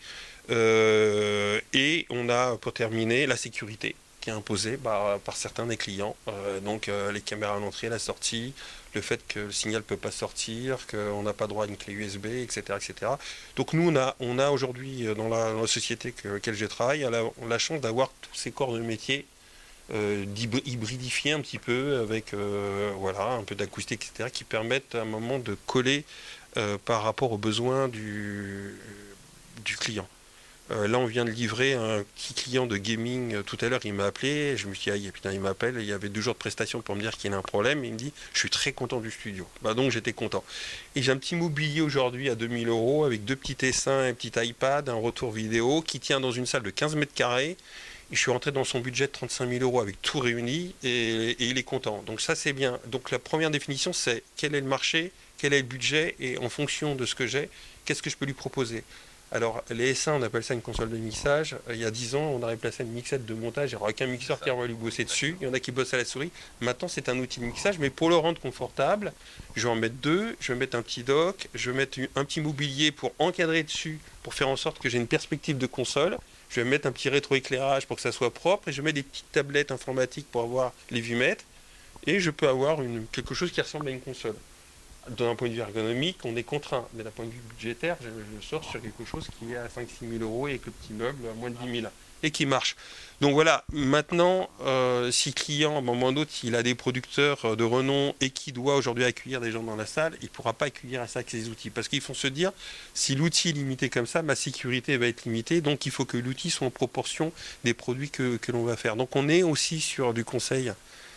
Et on a, pour terminer, la sécurité qui est imposée par certains des clients. Donc les caméras à l'entrée, à la sortie, le fait que le signal ne peut pas sortir, qu'on n'a pas droit à une clé USB, etc. etc. Donc nous, on a aujourd'hui, dans la société laquelle je travaille, on a la chance d'avoir tous ces corps de métier hybridifier un petit peu avec un peu d'acoustique, etc., qui permettent à un moment de coller par rapport aux besoins du client. Là, on vient de livrer un petit client de gaming tout à l'heure, il m'a appelé, je me suis dit, putain, il m'appelle, il y avait 2 jours de prestation pour me dire qu'il y a un problème, et il me dit, je suis très content du studio. Donc j'étais content. Et j'ai un petit mobilier aujourd'hui à 2000 € avec 2 petits Tessins, un petit iPad, un retour vidéo qui tient dans une salle de 15 mètres carrés. Et je suis rentré dans son budget de 35 000 € avec tout réuni et il est content. Donc ça c'est bien. Donc la première définition c'est quel est le marché, quel est le budget et en fonction de ce que j'ai, qu'est-ce que je peux lui proposer. Alors les S1 on appelle ça une console de mixage. Il y a 10 ans on aurait placé une mixette de montage, il n'y aurait aucun mixeur qui aurait lui bosser dessus. Il y en a qui bossent à la souris. Maintenant c'est un outil de mixage mais pour le rendre confortable, je vais en mettre 2, je vais mettre un petit dock, je vais mettre un petit mobilier pour encadrer dessus, pour faire en sorte que j'ai une perspective de console. je vais mettre un petit rétroéclairage pour que ça soit propre, et je mets des petites tablettes informatiques pour avoir les vumètres, et je peux avoir quelque chose qui ressemble à une console. D'un point de vue ergonomique, on est contraint, mais d'un point de vue budgétaire, je sors sur quelque chose qui est à 5-6 000 euros, et avec le petit meuble à moins de 10 000, et qui marche. Donc voilà, maintenant, si le client, à un moment donné, il a des producteurs de renom et qui doit aujourd'hui accueillir des gens dans la salle, il ne pourra pas accueillir ça avec ses outils. Parce qu'ils font se dire, si l'outil est limité comme ça, ma sécurité va être limitée, donc il faut que l'outil soit en proportion des produits que l'on va faire. Donc on est aussi sur du conseil,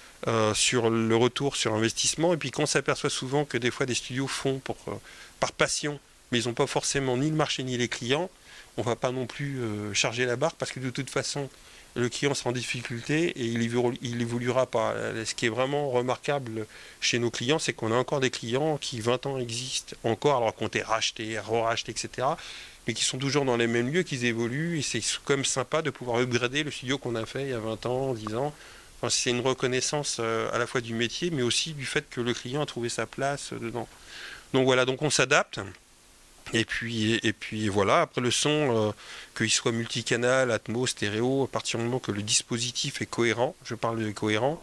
sur le retour sur investissement, et puis quand on s'aperçoit souvent que des fois des studios font par passion, mais ils n'ont pas forcément ni le marché ni les clients, on ne va pas non plus charger la barre, parce que de toute façon, le client sera en difficulté et il évoluera pas. Ce qui est vraiment remarquable chez nos clients, c'est qu'on a encore des clients qui 20 ans existent encore, alors qu'on été rachetés, re-rachetés, etc., mais qui sont toujours dans les mêmes lieux, qu'ils évoluent, et c'est quand même sympa de pouvoir upgrader le studio qu'on a fait il y a 20 ans, 10 ans. Enfin, c'est une reconnaissance à la fois du métier, mais aussi du fait que le client a trouvé sa place dedans. Donc voilà, donc on s'adapte. Et puis voilà, après le son, qu'il soit multicanal, Atmos, stéréo, à partir du moment que le dispositif est cohérent, je parle de cohérent,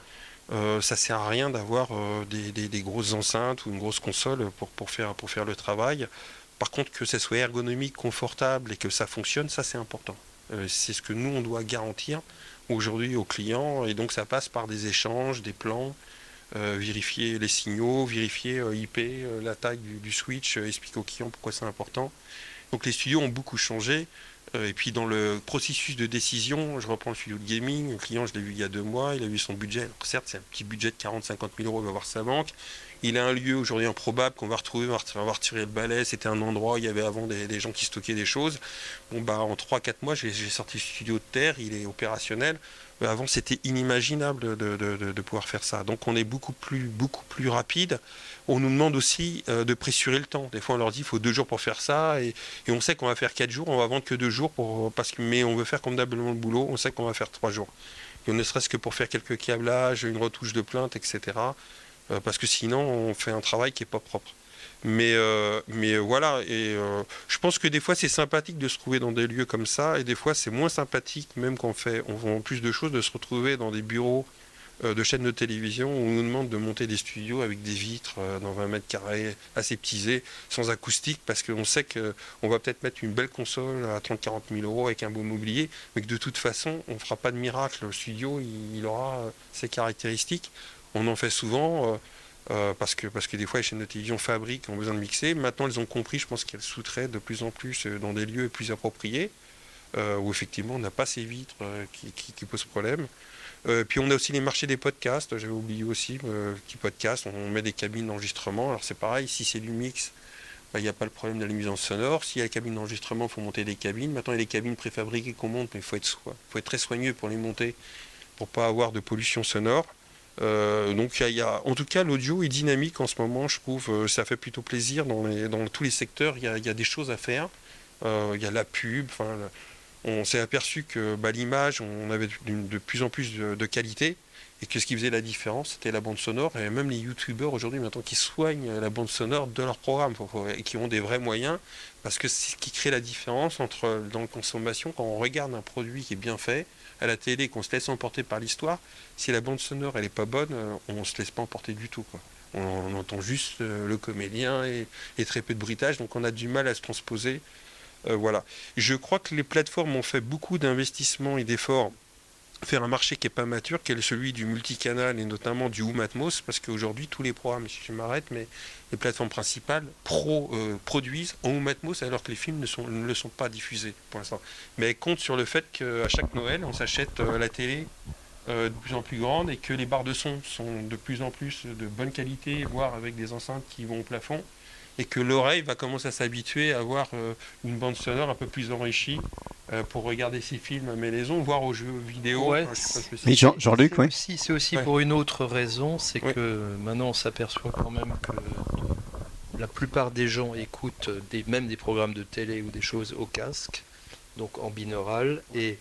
ça sert à rien d'avoir des grosses enceintes ou une grosse console pour faire le travail. Par contre, que ça soit ergonomique, confortable et que ça fonctionne, ça c'est important. C'est ce que nous on doit garantir aujourd'hui aux clients, et donc ça passe par des échanges, des plans, vérifier les signaux, vérifier IP, la taille du switch, expliquer aux clients pourquoi c'est important. Donc les studios ont beaucoup changé, et puis dans le processus de décision, je reprends le studio de gaming, le client je l'ai vu il y a 2 mois, il a vu son budget, alors certes c'est un petit budget de 40-50 000 euros, il va voir sa banque, il a un lieu aujourd'hui improbable qu'on va retrouver, on va retirer le balai, c'était un endroit où il y avait avant des gens qui stockaient des choses. Bon bah en 3-4 mois j'ai sorti le studio de terre, il est opérationnel. Avant, c'était inimaginable de pouvoir faire ça. Donc, on est beaucoup plus rapide. On nous demande aussi de pressurer le temps. Des fois, on leur dit il faut 2 jours pour faire ça. Et on sait qu'on va faire 4 jours. On va vendre que 2 jours. Mais on veut faire convenablement le boulot. On sait qu'on va faire 3 jours. Et ne serait-ce que pour faire quelques câblages, une retouche de plainte, etc. Parce que sinon, on fait un travail qui n'est pas propre. Mais voilà, et je pense que des fois c'est sympathique de se trouver dans des lieux comme ça, et des fois c'est moins sympathique, même quand on vend plus de choses, de se retrouver dans des bureaux de chaînes de télévision où on nous demande de monter des studios avec des vitres dans 20 mètres carrés aseptisés, sans acoustique, parce qu'on sait qu'on va peut-être mettre une belle console à 30-40 000 euros avec un beau mobilier, mais que de toute façon on ne fera pas de miracle. Le studio il aura ses caractéristiques. On en fait souvent. Parce que des fois les chaînes de télévision fabriquent, ont besoin de mixer. Maintenant elles ont compris, je pense qu'elles sous-traitent de plus en plus dans des lieux plus appropriés, où effectivement on n'a pas ces vitres qui posent problème. Puis on a aussi les marchés des podcasts, j'avais oublié aussi, qui podcast, on met des cabines d'enregistrement. Alors c'est pareil, si c'est du mix, il n'y a pas le problème de la nuisance sonore. S'il y a la cabine d'enregistrement, il faut monter des cabines. Maintenant il y a des cabines préfabriquées qu'on monte, mais il faut être très soigneux pour les monter, pour pas avoir de pollution sonore. Donc en tout cas l'audio est dynamique en ce moment, je trouve, ça fait plutôt plaisir dans tous les secteurs, il y a des choses à faire, il y a la pub, on s'est aperçu que l'image, on avait de plus en plus de qualité, et que ce qui faisait la différence c'était la bande sonore, et même les youtubeurs aujourd'hui maintenant qui soignent la bande sonore de leur programme, et qui ont des vrais moyens, parce que c'est ce qui crée la différence dans la consommation, quand on regarde un produit qui est bien fait, à la télé, qu'on se laisse emporter par l'histoire, si la bande sonore elle est pas bonne, on se laisse pas emporter du tout, quoi. On entend juste le comédien et très peu de bruitage, donc on a du mal à se transposer. Voilà. Je crois que les plateformes ont fait beaucoup d'investissements et d'efforts faire un marché qui n'est pas mature, qui est celui du multicanal et notamment du Home Atmos, parce qu'aujourd'hui tous les programmes, si je m'arrête, mais les plateformes principales produisent en Home Atmos alors que les films ne le sont pas diffusés pour l'instant. Mais elles comptent sur le fait qu'à chaque Noël, on s'achète la télé de plus en plus grande, et que les barres de son sont de plus en plus de bonne qualité, voire avec des enceintes qui vont au plafond, et que l'oreille va commencer à s'habituer à avoir une bande sonore un peu plus enrichie pour regarder ses films à maison, voire aux jeux vidéo. Ouais, Mais Jean-Luc, oui. C'est aussi Ouais. pour une autre raison, c'est Ouais. que maintenant on s'aperçoit quand même que la plupart des gens écoutent même des programmes de télé ou des choses au casque, donc en binaural, et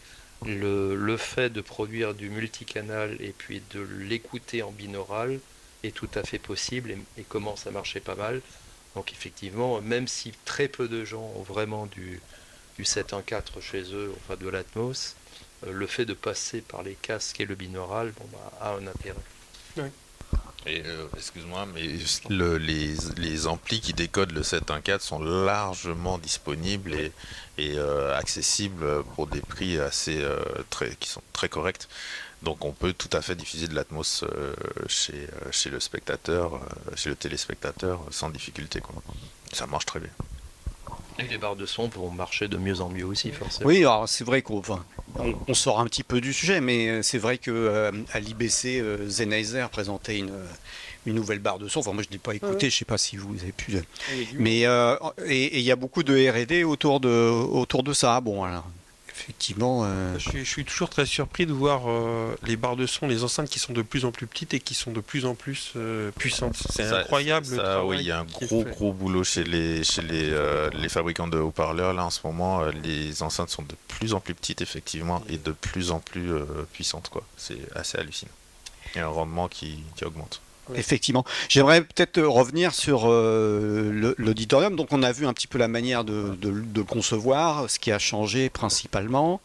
le fait de produire du multicanal et puis de l'écouter en binaural est tout à fait possible et commence à marcher pas mal. Donc effectivement, même si très peu de gens ont vraiment du 7.1.4 chez eux, enfin de l'Atmos, le fait de passer par les casques et le binaural a un intérêt. Et excuse-moi, mais les amplis qui décodent le 7.1.4 sont largement disponibles et accessibles pour des prix qui sont très corrects. Donc on peut tout à fait diffuser de l'Atmos chez le spectateur, chez le téléspectateur sans difficulté, quoi. Ça marche très bien. Et les barres de son vont marcher de mieux en mieux aussi, forcément. Oui, alors c'est vrai qu'on on sort un petit peu du sujet, mais c'est vrai que à l'IBC, Sennheiser présentait une nouvelle barre de son. Enfin, moi, je ne l'ai pas écouté, je ne sais pas si vous avez pu. Mais et il y a beaucoup de R&D autour de ça. Bon, alors, effectivement. Je suis toujours très surpris de voir les barres de son, les enceintes qui sont de plus en plus petites et qui sont de plus en plus puissantes. C'est incroyable. Le travail oui, il y a un qui est gros fait. gros boulot chez les fabricants de haut-parleurs. Là, en ce moment, les enceintes sont de plus en plus petites, effectivement, et de plus en plus puissantes, quoi. C'est assez hallucinant. Il y a un rendement qui augmente. Effectivement. J'aimerais peut-être revenir sur l'auditorium. Donc, on a vu un petit peu la manière de concevoir, ce qui a changé principalement.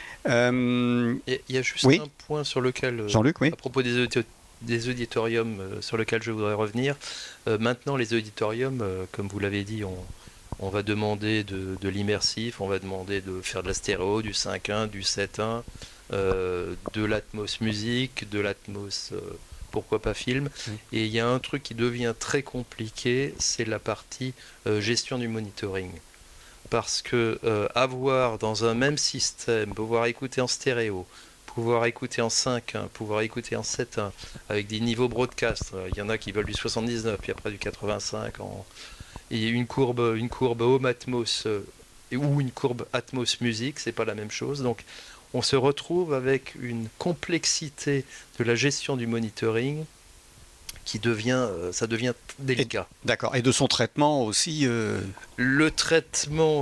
Il y a juste Oui. un point sur lequel, Jean-Luc, oui. à propos des auditoriums, sur lequel je voudrais revenir. Maintenant, les auditoriums, comme vous l'avez dit, on va demander de l'immersif, on va demander de faire de la stéréo, du 5.1, du 7.1, de l'Atmos musique, de l'Atmos pourquoi pas film. Et il y a un truc qui devient très compliqué, c'est la partie gestion du monitoring. Parce que avoir dans un même système, pouvoir écouter en stéréo, pouvoir écouter en 5.1, pouvoir écouter en 7.1, avec des niveaux broadcast, il y en a qui veulent du 79, puis après du 85, et une courbe Home Atmos ou une courbe Atmos musique, c'est pas la même chose. Donc on se retrouve avec une complexité de la gestion du monitoring qui devient délicat. D'accord. Et de son traitement aussi. Le traitement,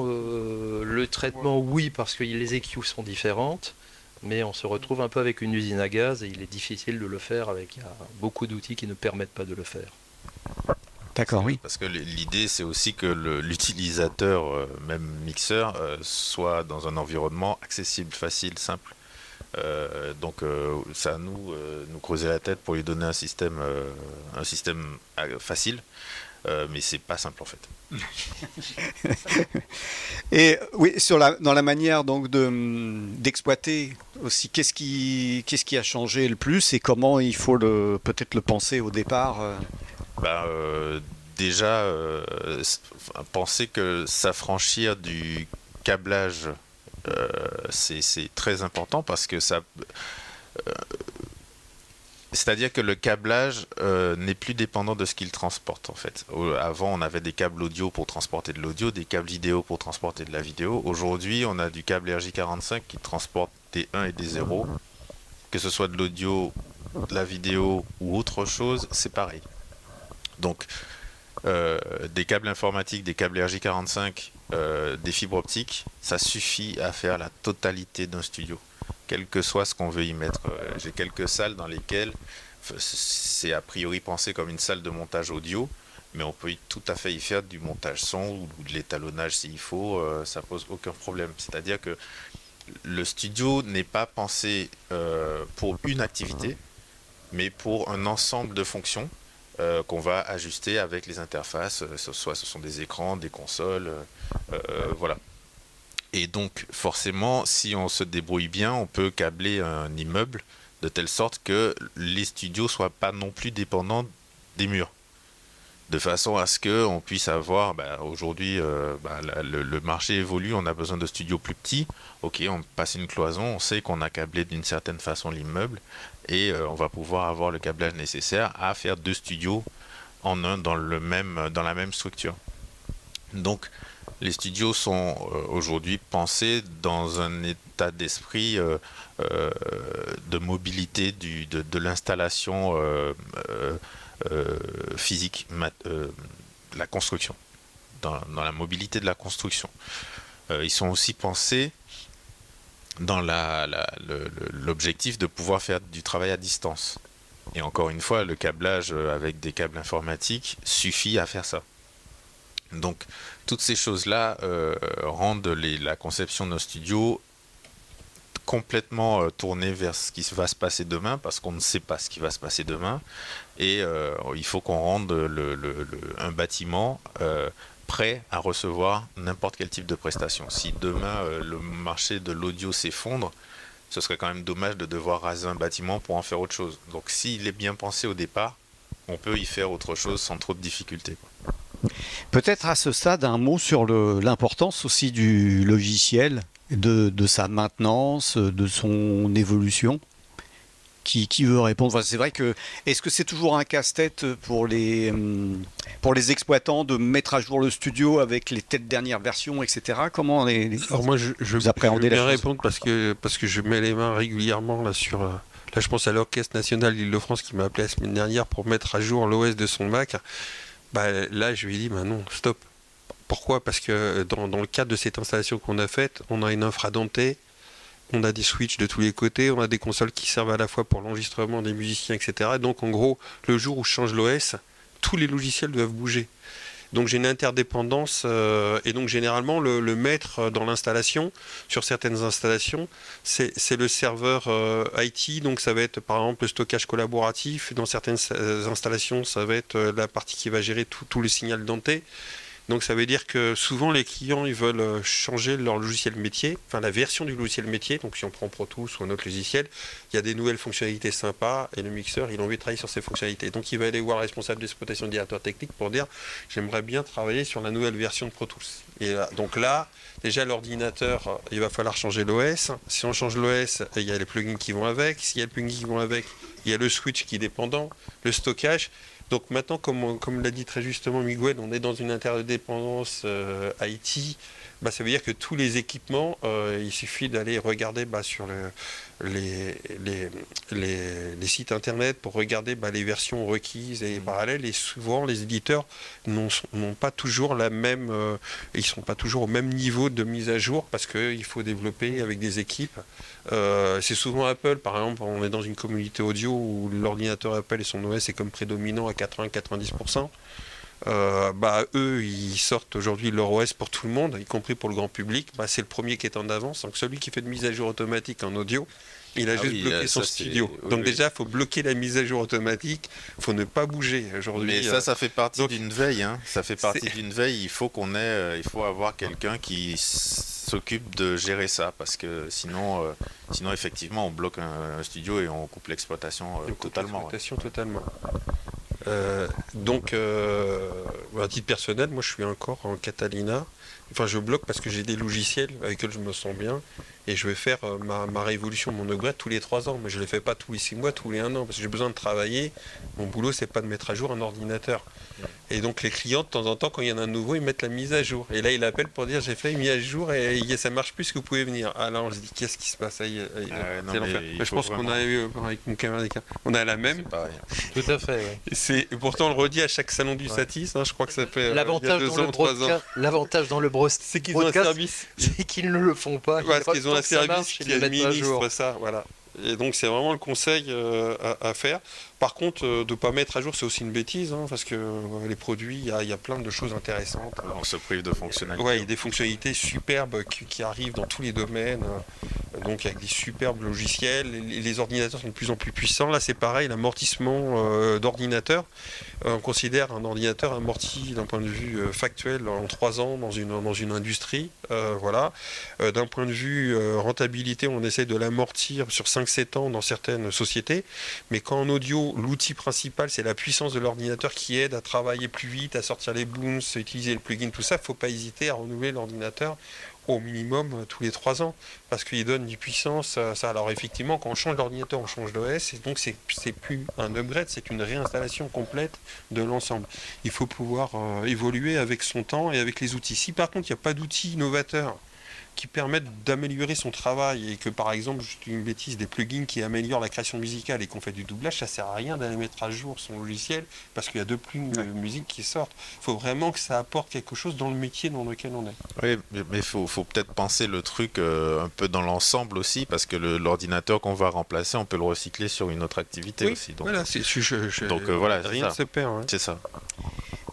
oui, parce que les EQ sont différentes, mais on se retrouve un peu avec une usine à gaz et il est difficile de le faire avec beaucoup d'outils qui ne permettent pas de le faire. D'accord, oui. Parce que l'idée, c'est aussi que l'utilisateur, même mixeur, soit dans un environnement accessible, facile, simple. Donc ça nous creuser la tête pour lui donner un système facile, mais c'est pas simple en fait. Et oui, dans la manière donc d'exploiter aussi, qu'est-ce qui a changé le plus et comment il faut peut-être le penser au départ. Déjà, penser que s'affranchir du câblage, c'est très important parce que ça... c'est-à-dire que le câblage n'est plus dépendant de ce qu'il transporte en fait. Avant, on avait des câbles audio pour transporter de l'audio, des câbles vidéo pour transporter de la vidéo. Aujourd'hui, on a du câble RJ45 qui transporte des 1 et des 0. Que ce soit de l'audio, de la vidéo ou autre chose, c'est pareil. Donc, des câbles informatiques, des câbles RJ45, des fibres optiques, ça suffit à faire la totalité d'un studio, quel que soit ce qu'on veut y mettre. J'ai quelques salles dans lesquelles c'est a priori pensé comme une salle de montage audio, mais on peut tout à fait y faire du montage son ou de l'étalonnage s'il faut, ça pose aucun problème. C'est-à-dire que le studio n'est pas pensé pour une activité, mais pour un ensemble de fonctions qu'on va ajuster avec les interfaces, soit ce sont des écrans, des consoles, voilà. Et donc forcément, si on se débrouille bien, on peut câbler un immeuble de telle sorte que les studios soient pas non plus dépendants des murs, de façon à ce qu'on puisse avoir, aujourd'hui le marché évolue, on a besoin de studios plus petits, ok, on passe une cloison, on sait qu'on a câblé d'une certaine façon l'immeuble, et on va pouvoir avoir le câblage nécessaire à faire 2 studios en un dans la même structure. Donc les studios sont aujourd'hui pensés dans un état d'esprit de mobilité de l'installation physique, la construction, dans la mobilité de la construction. Ils sont aussi pensés dans l'objectif de pouvoir faire du travail à distance. Et encore une fois, le câblage avec des câbles informatiques suffit à faire ça. Donc toutes ces choses-là rendent la conception de nos studios complètement tournée vers ce qui va se passer demain, parce qu'on ne sait pas ce qui va se passer demain, et il faut qu'on rende un bâtiment prêt à recevoir n'importe quel type de prestation. Si demain le marché de l'audio s'effondre, ce serait quand même dommage de devoir raser un bâtiment pour en faire autre chose. Donc s'il est bien pensé au départ, on peut y faire autre chose sans trop de difficultés. Peut-être à ce stade un mot sur l'importance aussi du logiciel, de sa maintenance, de son évolution. Qui veut répondre? Enfin, c'est vrai que est-ce que c'est toujours un casse-tête pour les exploitants de mettre à jour le studio avec les têtes dernières versions, etc. Comment Alors moi, vous appréhendez je la vais bien chose? répondre parce que je mets les mains régulièrement là sur. Là, je pense à l'Orchestre National d'Île-de-France qui m'a appelé la semaine dernière pour mettre à jour l'OS de son Mac. Bah, là, je lui ai dit, bah non, stop. Pourquoi? Parce que dans le cadre de cette installation qu'on a faite, on a une infra infradentée, on a des switches de tous les côtés, on a des consoles qui servent à la fois pour l'enregistrement des musiciens, etc. Et donc, en gros, le jour où je change l'OS, tous les logiciels doivent bouger. Donc j'ai une interdépendance et donc généralement le maître dans l'installation, sur certaines installations, c'est le serveur IT, donc ça va être par exemple le stockage collaboratif, dans certaines installations ça va être la partie qui va gérer tout le signal denté. Donc ça veut dire que souvent les clients ils veulent changer leur logiciel métier, enfin la version du logiciel métier, donc si on prend Pro Tools ou un autre logiciel, il y a des nouvelles fonctionnalités sympas et le mixeur il a envie de travailler sur ces fonctionnalités. Donc il va aller voir le responsable d'exploitation du directeur technique pour dire j'aimerais bien travailler sur la nouvelle version de Pro Tools. Et donc là, déjà l'ordinateur, il va falloir changer l'OS. Si on change l'OS, il y a les plugins qui vont avec. S'il y a les plugins qui vont avec, il y a le switch qui est dépendant, le stockage. Donc maintenant, comme l'a dit très justement Miguel, on est dans une interdépendance IT. Bah, ça veut dire que tous les équipements, il suffit d'aller regarder sur les sites internet pour regarder les versions requises et parallèles. Et souvent, les éditeurs n'ont pas toujours ils sont pas toujours au même niveau de mise à jour parce qu'il faut développer avec des équipes. C'est souvent Apple, par exemple, on est dans une communauté audio où l'ordinateur Apple et son OS est comme prédominant à 80-90%. Eux, ils sortent aujourd'hui leur OS pour tout le monde, y compris pour le grand public. C'est le premier qui est en avance. Donc celui qui fait de mise à jour automatique en audio, il a juste bloqué son studio. Donc déjà, il faut bloquer la mise à jour automatique. Il faut ne pas bouger aujourd'hui. Mais ça fait partie d'une veille. Hein. Ça fait partie d'une veille. Il faut il faut avoir quelqu'un qui s'occupe de gérer ça, parce que sinon effectivement, on bloque un studio et on coupe l'exploitation totalement. Totalement. À titre personnel, moi je suis encore en Catalina. Enfin, je bloque parce que j'ai des logiciels avec lesquels je me sens bien et je vais faire ma révolution, mon upgrade tous les 3 ans. Mais je ne le fais pas tous les 6 mois, tous les 1 an, parce que j'ai besoin de travailler. Mon boulot, c'est pas de mettre à jour un ordinateur. Et donc les clients, de temps en temps, quand il y en a un nouveau, ils mettent la mise à jour. Et là, ils appellent pour dire j'ai fait une mise à jour et ça marche plus, que vous pouvez venir. Ah là, on se dit qu'est-ce qui se passe? C'est l'enfer. Je pense qu'on a eu avec mon caméra, on a la même. Tout à fait. Ouais. Pourtant, on le redit à chaque salon du Satis. Je crois que ça fait l'avantage dans le broadcast, c'est qu'ils ont un service, c'est qu'ils ne le font pas. Parce qu'ils ont un service qui administre ça. Voilà. Et donc c'est vraiment le conseil à faire. Par contre, de ne pas mettre à jour, c'est aussi une bêtise, parce que les produits, il y a plein de choses intéressantes. On se prive de fonctionnalités. Ouais, il y a des fonctionnalités superbes qui arrivent dans tous les domaines, donc avec des superbes logiciels. Les ordinateurs sont de plus en plus puissants. Là, c'est pareil, l'amortissement d'ordinateur. On considère un ordinateur amorti d'un point de vue factuel en 3 ans dans une industrie. Voilà. D'un point de vue rentabilité, on essaie de l'amortir sur 5-7 ans dans certaines sociétés. Mais quand en audio, l'outil principal, c'est la puissance de l'ordinateur qui aide à travailler plus vite, à sortir les booms, à utiliser le plugin, tout ça, il ne faut pas hésiter à renouveler l'ordinateur au minimum tous les 3 ans, parce qu'il donne du puissance. Ça. Alors effectivement, quand on change d'ordinateur, on change d'OS, et donc c'est plus un upgrade, c'est une réinstallation complète de l'ensemble. Il faut pouvoir évoluer avec son temps et avec les outils. Si par contre il n'y a pas d'outils innovateurs qui permettent d'améliorer son travail, et que par exemple, je dis une bêtise, des plugins qui améliorent la création musicale et qu'on fait du doublage, ça sert à rien d'aller mettre à jour son logiciel parce qu'il y a 2 plugins de musique qui sortent. Il faut vraiment que ça apporte quelque chose dans le métier dans lequel on est. Oui, mais faut peut-être penser le truc un peu dans l'ensemble aussi, parce que l'ordinateur qu'on va remplacer, on peut le recycler sur une autre activité aussi. Donc, voilà, voilà, rien ne se perd. C'est ça.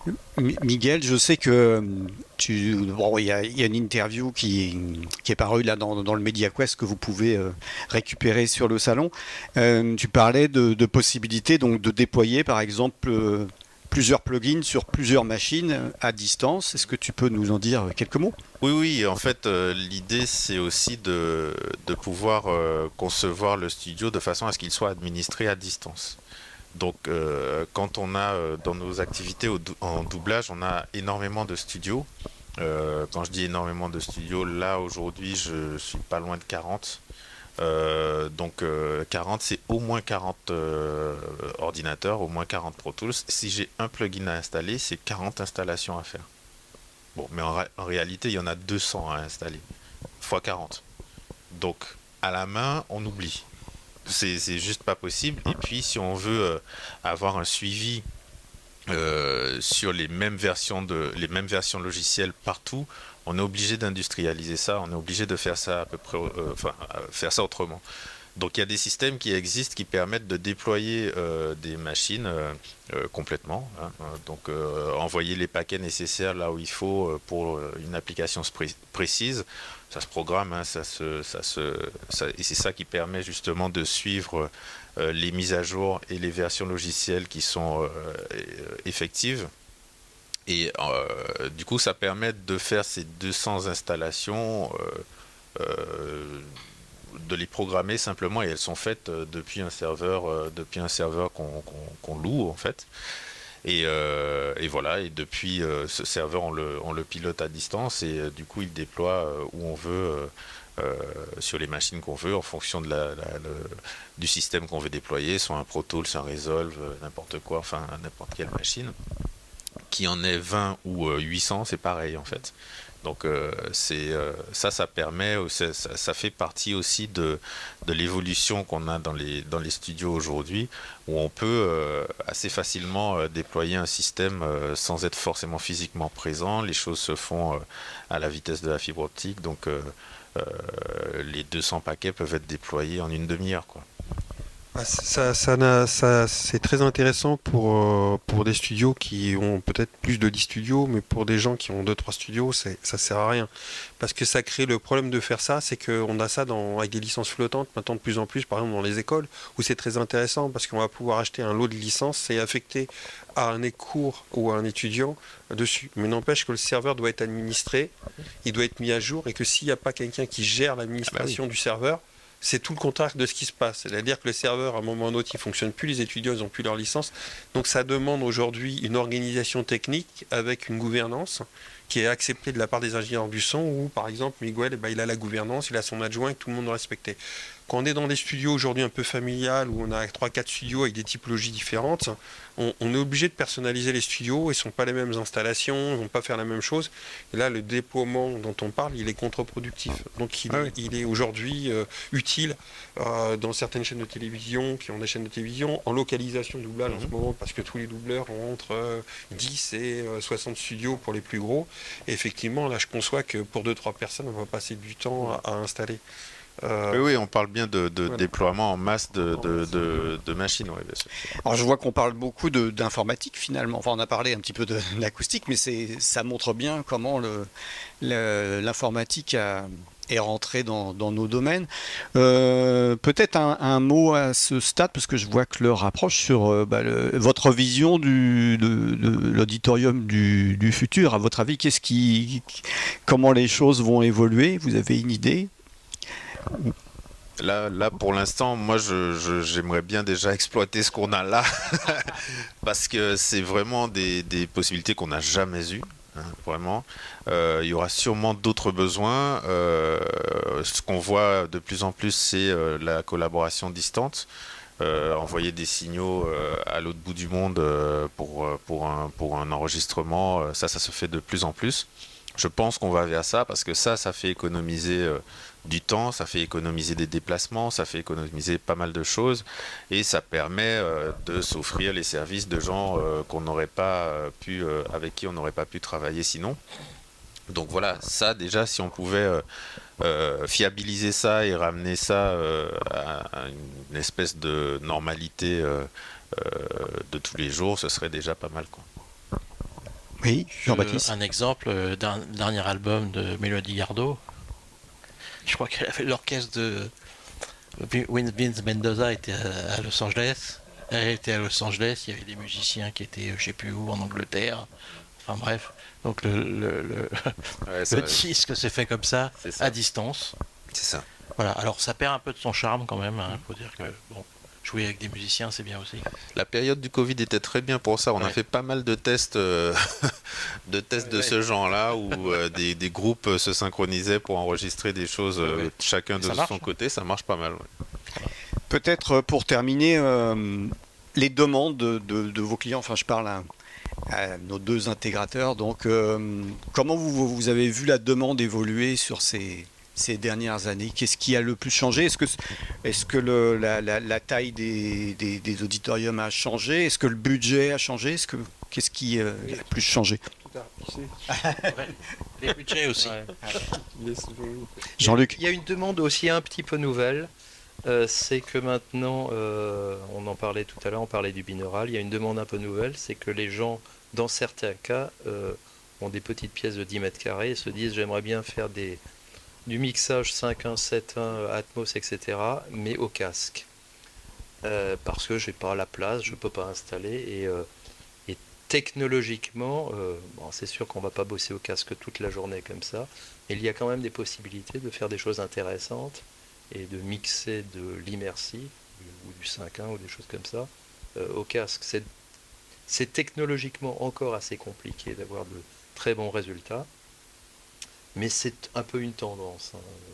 Miguel, je sais que il y a une interview qui est parue là dans le MediaQuest que vous pouvez récupérer sur le salon. Tu parlais de possibilités donc de déployer par exemple plusieurs plugins sur plusieurs machines à distance. Est-ce que tu peux nous en dire quelques mots? Oui, en fait, l'idée c'est aussi de pouvoir concevoir le studio de façon à ce qu'il soit administré à distance. Donc, quand on a dans nos activités en doublage, on a énormément de studios. Quand je dis énormément de studios, là aujourd'hui, je suis pas loin de 40. Donc 40, c'est au moins 40 ordinateurs, au moins 40 Pro Tools. Si j'ai un plugin à installer, c'est 40 installations à faire. Bon, mais en réalité, il y en a 200 à installer, fois 40. Donc, à la main, on oublie. C'est juste pas possible. Et puis, si on veut avoir un suivi sur les mêmes versions logicielles partout, on est obligé d'industrialiser ça. On est obligé de faire ça à peu près, faire ça autrement. Donc, il y a des systèmes qui existent qui permettent de déployer des machines complètement. Hein. Donc, envoyer les paquets nécessaires là où il faut pour une application précise. Ça se programme, hein, et c'est ça qui permet justement de suivre les mises à jour et les versions logicielles qui sont effectives. Et du coup, ça permet de faire ces 200 installations, de les programmer simplement, et elles sont faites depuis un serveur qu'on loue en fait. Et voilà, et depuis ce serveur, on le pilote à distance, et du coup, il déploie où on veut, sur les machines qu'on veut, en fonction du système qu'on veut déployer, soit un Pro Tools, un Resolve, n'importe quoi, enfin n'importe quelle machine. Qui en est 20 ou 800, c'est pareil en fait. Donc ça permet, ça fait partie aussi de l'évolution qu'on a dans les studios aujourd'hui, où on peut assez facilement déployer un système sans être forcément physiquement présent. Les choses se font à la vitesse de la fibre optique, donc les 200 paquets peuvent être déployés en une demi-heure, quoi. C'est très intéressant pour des studios qui ont peut-être plus de 10 studios, mais pour des gens qui ont 2-3 studios, ça sert à rien. Parce que ça crée le problème de faire ça, c'est qu'on a ça avec des licences flottantes, maintenant de plus en plus, par exemple dans les écoles, où c'est très intéressant parce qu'on va pouvoir acheter un lot de licences et affecter à un cours ou à un étudiant dessus. Mais n'empêche que le serveur doit être administré, il doit être mis à jour, et que s'il n'y a pas quelqu'un qui gère l'administration du serveur, c'est tout le contraire de ce qui se passe. C'est-à-dire que le serveur, à un moment ou à un autre, il ne fonctionne plus, les étudiants, ils n'ont plus leur licence. Donc ça demande aujourd'hui une organisation technique avec une gouvernance qui est acceptée de la part des ingénieurs du son, où par exemple Miguel, il a la gouvernance, il a son adjoint et tout le monde doit respecter. Quand on est dans des studios aujourd'hui un peu familiales, où on a 3-4 studios avec des typologies différentes, on est obligé de personnaliser les studios, ils ne sont pas les mêmes installations, ils ne vont pas faire la même chose. Et là, le déploiement dont on parle, il est contre-productif. Donc il est aujourd'hui utile dans certaines chaînes de télévision, qui ont des chaînes de télévision, en localisation doublage en ce moment, parce que tous les doubleurs ont entre 10 et 60 studios pour les plus gros. Et effectivement, là, je conçois que pour 2-3 personnes, on va passer du temps à installer. Oui, on parle bien de déploiement en masse de machines, oui, bien sûr. Alors je vois qu'on parle beaucoup d'informatique finalement. Enfin, on a parlé un petit peu de l'acoustique, mais ça montre bien comment l'informatique est rentrée dans nos domaines. Peut-être un mot à ce stade, parce que je vois que l'heure approche, sur votre vision de l'auditorium du futur. À votre avis, comment les choses vont évoluer? Vous avez une idée? Là, pour l'instant, moi, j'aimerais bien déjà exploiter ce qu'on a là, parce que c'est vraiment des possibilités qu'on n'a jamais eues, hein, vraiment. Il y aura sûrement d'autres besoins. Ce qu'on voit de plus en plus, c'est la collaboration distante. Envoyer des signaux à l'autre bout du monde pour un enregistrement, ça se fait de plus en plus. Je pense qu'on va vers ça, parce que ça fait économiser du temps, ça fait économiser des déplacements, ça fait économiser pas mal de choses, et ça permet de s'offrir les services de gens qu'on n'aurait pas avec qui on n'aurait pas pu travailler sinon. Donc voilà, ça déjà, si on pouvait fiabiliser ça et ramener ça à une espèce de normalité de tous les jours, ce serait déjà pas mal, quoi. Oui, Jean-Baptiste. Un exemple d'un dernier album de Mélodie Gardot. Je crois qu'elle avait l'orchestre de Vince Mendoza était à Los Angeles. Elle était à Los Angeles, il y avait des musiciens qui étaient je sais plus où en Angleterre. Enfin bref. Donc Ouais, le disque s'est fait comme ça, C'est ça. à distance. C'est ça. Voilà. Alors ça perd un peu de son charme quand même. Faut dire que bon, jouer avec des musiciens c'est bien aussi. La période du Covid était très bien pour ça. On a Ouais. fait pas mal de tests, de ce genre-là où des groupes se synchronisaient pour enregistrer des choses chacun de Ça marche, son hein. côté. Ça marche pas mal. Ouais. Peut-être pour terminer, les demandes de vos clients, enfin je parle à nos deux intégrateurs, donc comment vous avez vu la demande évoluer sur ces dernières années? Qu'est-ce qui a le plus changé? Est-ce que la taille des auditoriums a changé? Est-ce que le budget a changé? Qu'est-ce qui a le plus changé? Les budgets aussi. Ouais. Jean-Luc? Il y a une demande aussi un petit peu nouvelle. C'est que maintenant, on en parlait tout à l'heure, on parlait du binaural, il y a une demande un peu nouvelle, c'est que les gens, dans certains cas, ont des petites pièces de 10 mètres carrés et se disent j'aimerais bien faire du mixage 5.1, 7.1, Atmos, etc., mais au casque. Parce que j'ai pas la place, je peux pas installer et technologiquement, bon, c'est sûr qu'on va pas bosser au casque toute la journée comme ça, mais il y a quand même des possibilités de faire des choses intéressantes et de mixer de l'immersif ou du 5.1 ou des choses comme ça au casque. C'est technologiquement encore assez compliqué d'avoir de très bons résultats, mais c'est un peu une tendance.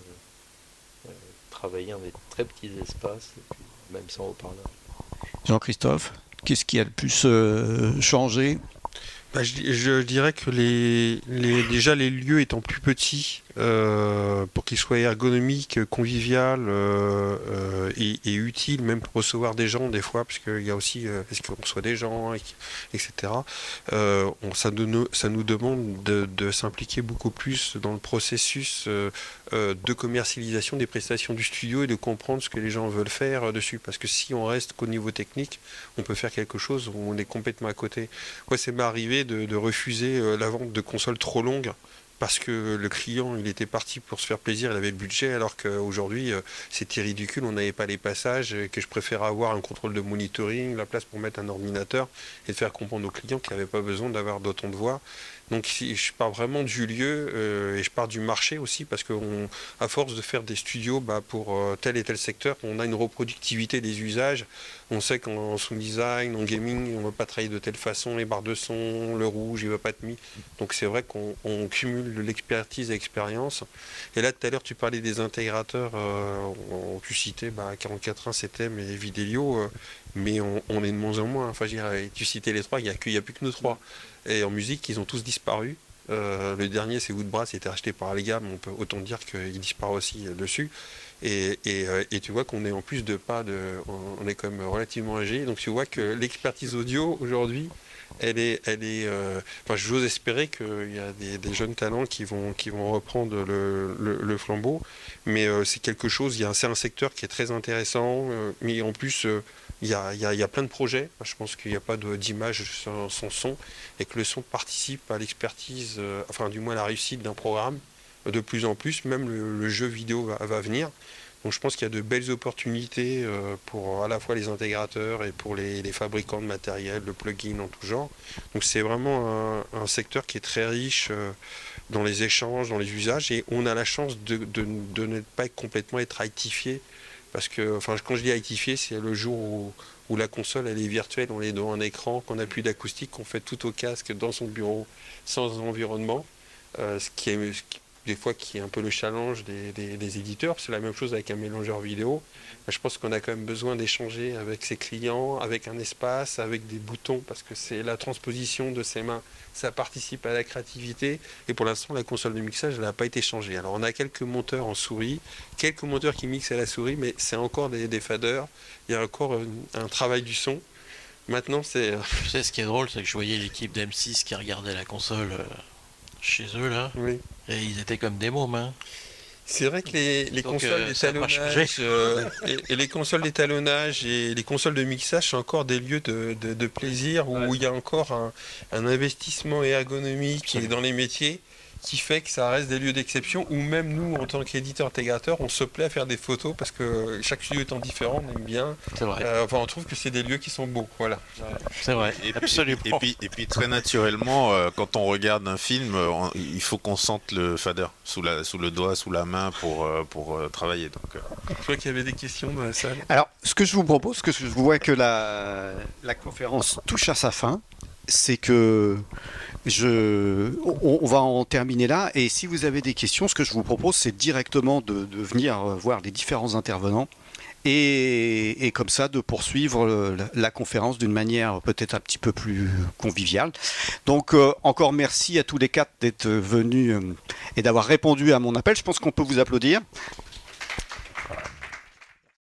Travailler dans des très petits espaces, et puis même sans haut-parleur. Jean-Christophe, qu'est-ce qui a le plus changé? Bah, je dirais que déjà les lieux étant plus petits, pour qu'ils soient ergonomiques, convivial et utiles, même pour recevoir des gens des fois, parce qu'il y a aussi, est-ce qu'on reçoit des gens, etc. Ça nous demande de s'impliquer beaucoup plus dans le processus de commercialisation des prestations du studio et de comprendre ce que les gens veulent faire dessus. Parce que si on reste qu'au niveau technique, on peut faire quelque chose où on est complètement à côté. Moi, c'est m'est arrivé de refuser la vente de consoles trop longues parce que le client il était parti pour se faire plaisir, il avait le budget, alors qu'aujourd'hui c'était ridicule, on n'avait pas les passages, et que je préfère avoir un contrôle de monitoring, la place pour mettre un ordinateur et de faire comprendre aux clients qu'il n'y avait pas besoin d'avoir d'autant de voix. Donc si je pars vraiment du lieu et je pars du marché aussi, parce qu'à force de faire des studios pour tel et tel secteur, on a une reproductivité des usages. On sait qu'en sound design, en gaming, on ne va pas travailler de telle façon, les barres de son, le rouge, il ne va pas être mis. Donc c'est vrai qu'on cumule de l'expertise et l'expérience. Et là, tout à l'heure, tu parlais des intégrateurs, tu citais 44.1, c'était mais Vidélio, mais on est de moins en moins. Enfin, je dirais, tu citais les trois, il n'y a plus que nous trois. Et en musique, ils ont tous disparu. Le dernier, c'est Woodbrass, il a été racheté par Alga, mais on peut autant dire qu'il disparaît aussi dessus. Et tu vois qu'on est en plus on est quand même relativement âgé. Donc tu vois que l'expertise audio aujourd'hui, enfin, j'ose espérer qu'il y a des jeunes talents qui vont reprendre le flambeau. Mais c'est quelque chose, c'est un secteur qui est très intéressant. Mais en plus, il y a plein de projets. Je pense qu'il n'y a pas d'image sans son et que le son participe à l'expertise, enfin du moins à la réussite d'un programme de plus en plus. Même le jeu vidéo va venir. Donc je pense qu'il y a de belles opportunités pour à la fois les intégrateurs et pour les fabricants de matériel, de plugins en tout genre. Donc c'est vraiment un secteur qui est très riche dans les échanges, dans les usages, et on a la chance de ne pas complètement être haïtifié. Parce que, enfin, quand je dis haïtifié, c'est le jour où la console elle est virtuelle, on est devant un écran, qu'on n'a plus d'acoustique, qu'on fait tout au casque dans son bureau sans environnement, des fois qui est un peu le challenge des éditeurs. C'est la même chose avec un mélangeur vidéo. Je pense qu'on a quand même besoin d'échanger avec ses clients, avec un espace, avec des boutons, parce que c'est la transposition de ses mains, ça participe à la créativité. Et pour l'instant, la console de mixage, elle n'a pas été changée. Alors on a quelques monteurs en souris, quelques moteurs qui mixent à la souris, mais c'est encore des faders. Il y a encore un travail du son. Maintenant, c'est... Tu sais, ce qui est drôle, c'est que je voyais l'équipe d'M6 qui regardait la console chez eux, là, Oui. et ils étaient comme des mômes, hein. C'est vrai que les Donc, consoles ça va changer. d'étalonnage et les consoles d'étalonnage et les consoles de mixage sont encore des lieux de plaisir où il y a encore un investissement ergonomique dans les métiers qui fait que ça reste des lieux d'exception où même nous, en tant qu'éditeur intégrateur, on se plaît à faire des photos parce que chaque studio étant différent, on aime bien. C'est vrai. On trouve que c'est des lieux qui sont beaux. Voilà. C'est vrai. Absolument. Et puis très naturellement, quand on regarde un film, il faut qu'on sente le fader sous le doigt, sous la main pour travailler. Donc, Je crois qu'il y avait des questions dans la salle. Alors, ce que je vous propose, que je vois que la conférence touche à sa fin, c'est que on va en terminer là. Et si vous avez des questions, ce que je vous propose, c'est directement de venir voir les différents intervenants et comme ça de poursuivre la conférence d'une manière peut-être un petit peu plus conviviale. Donc encore merci à tous les quatre d'être venus et d'avoir répondu à mon appel. Je pense qu'on peut vous applaudir.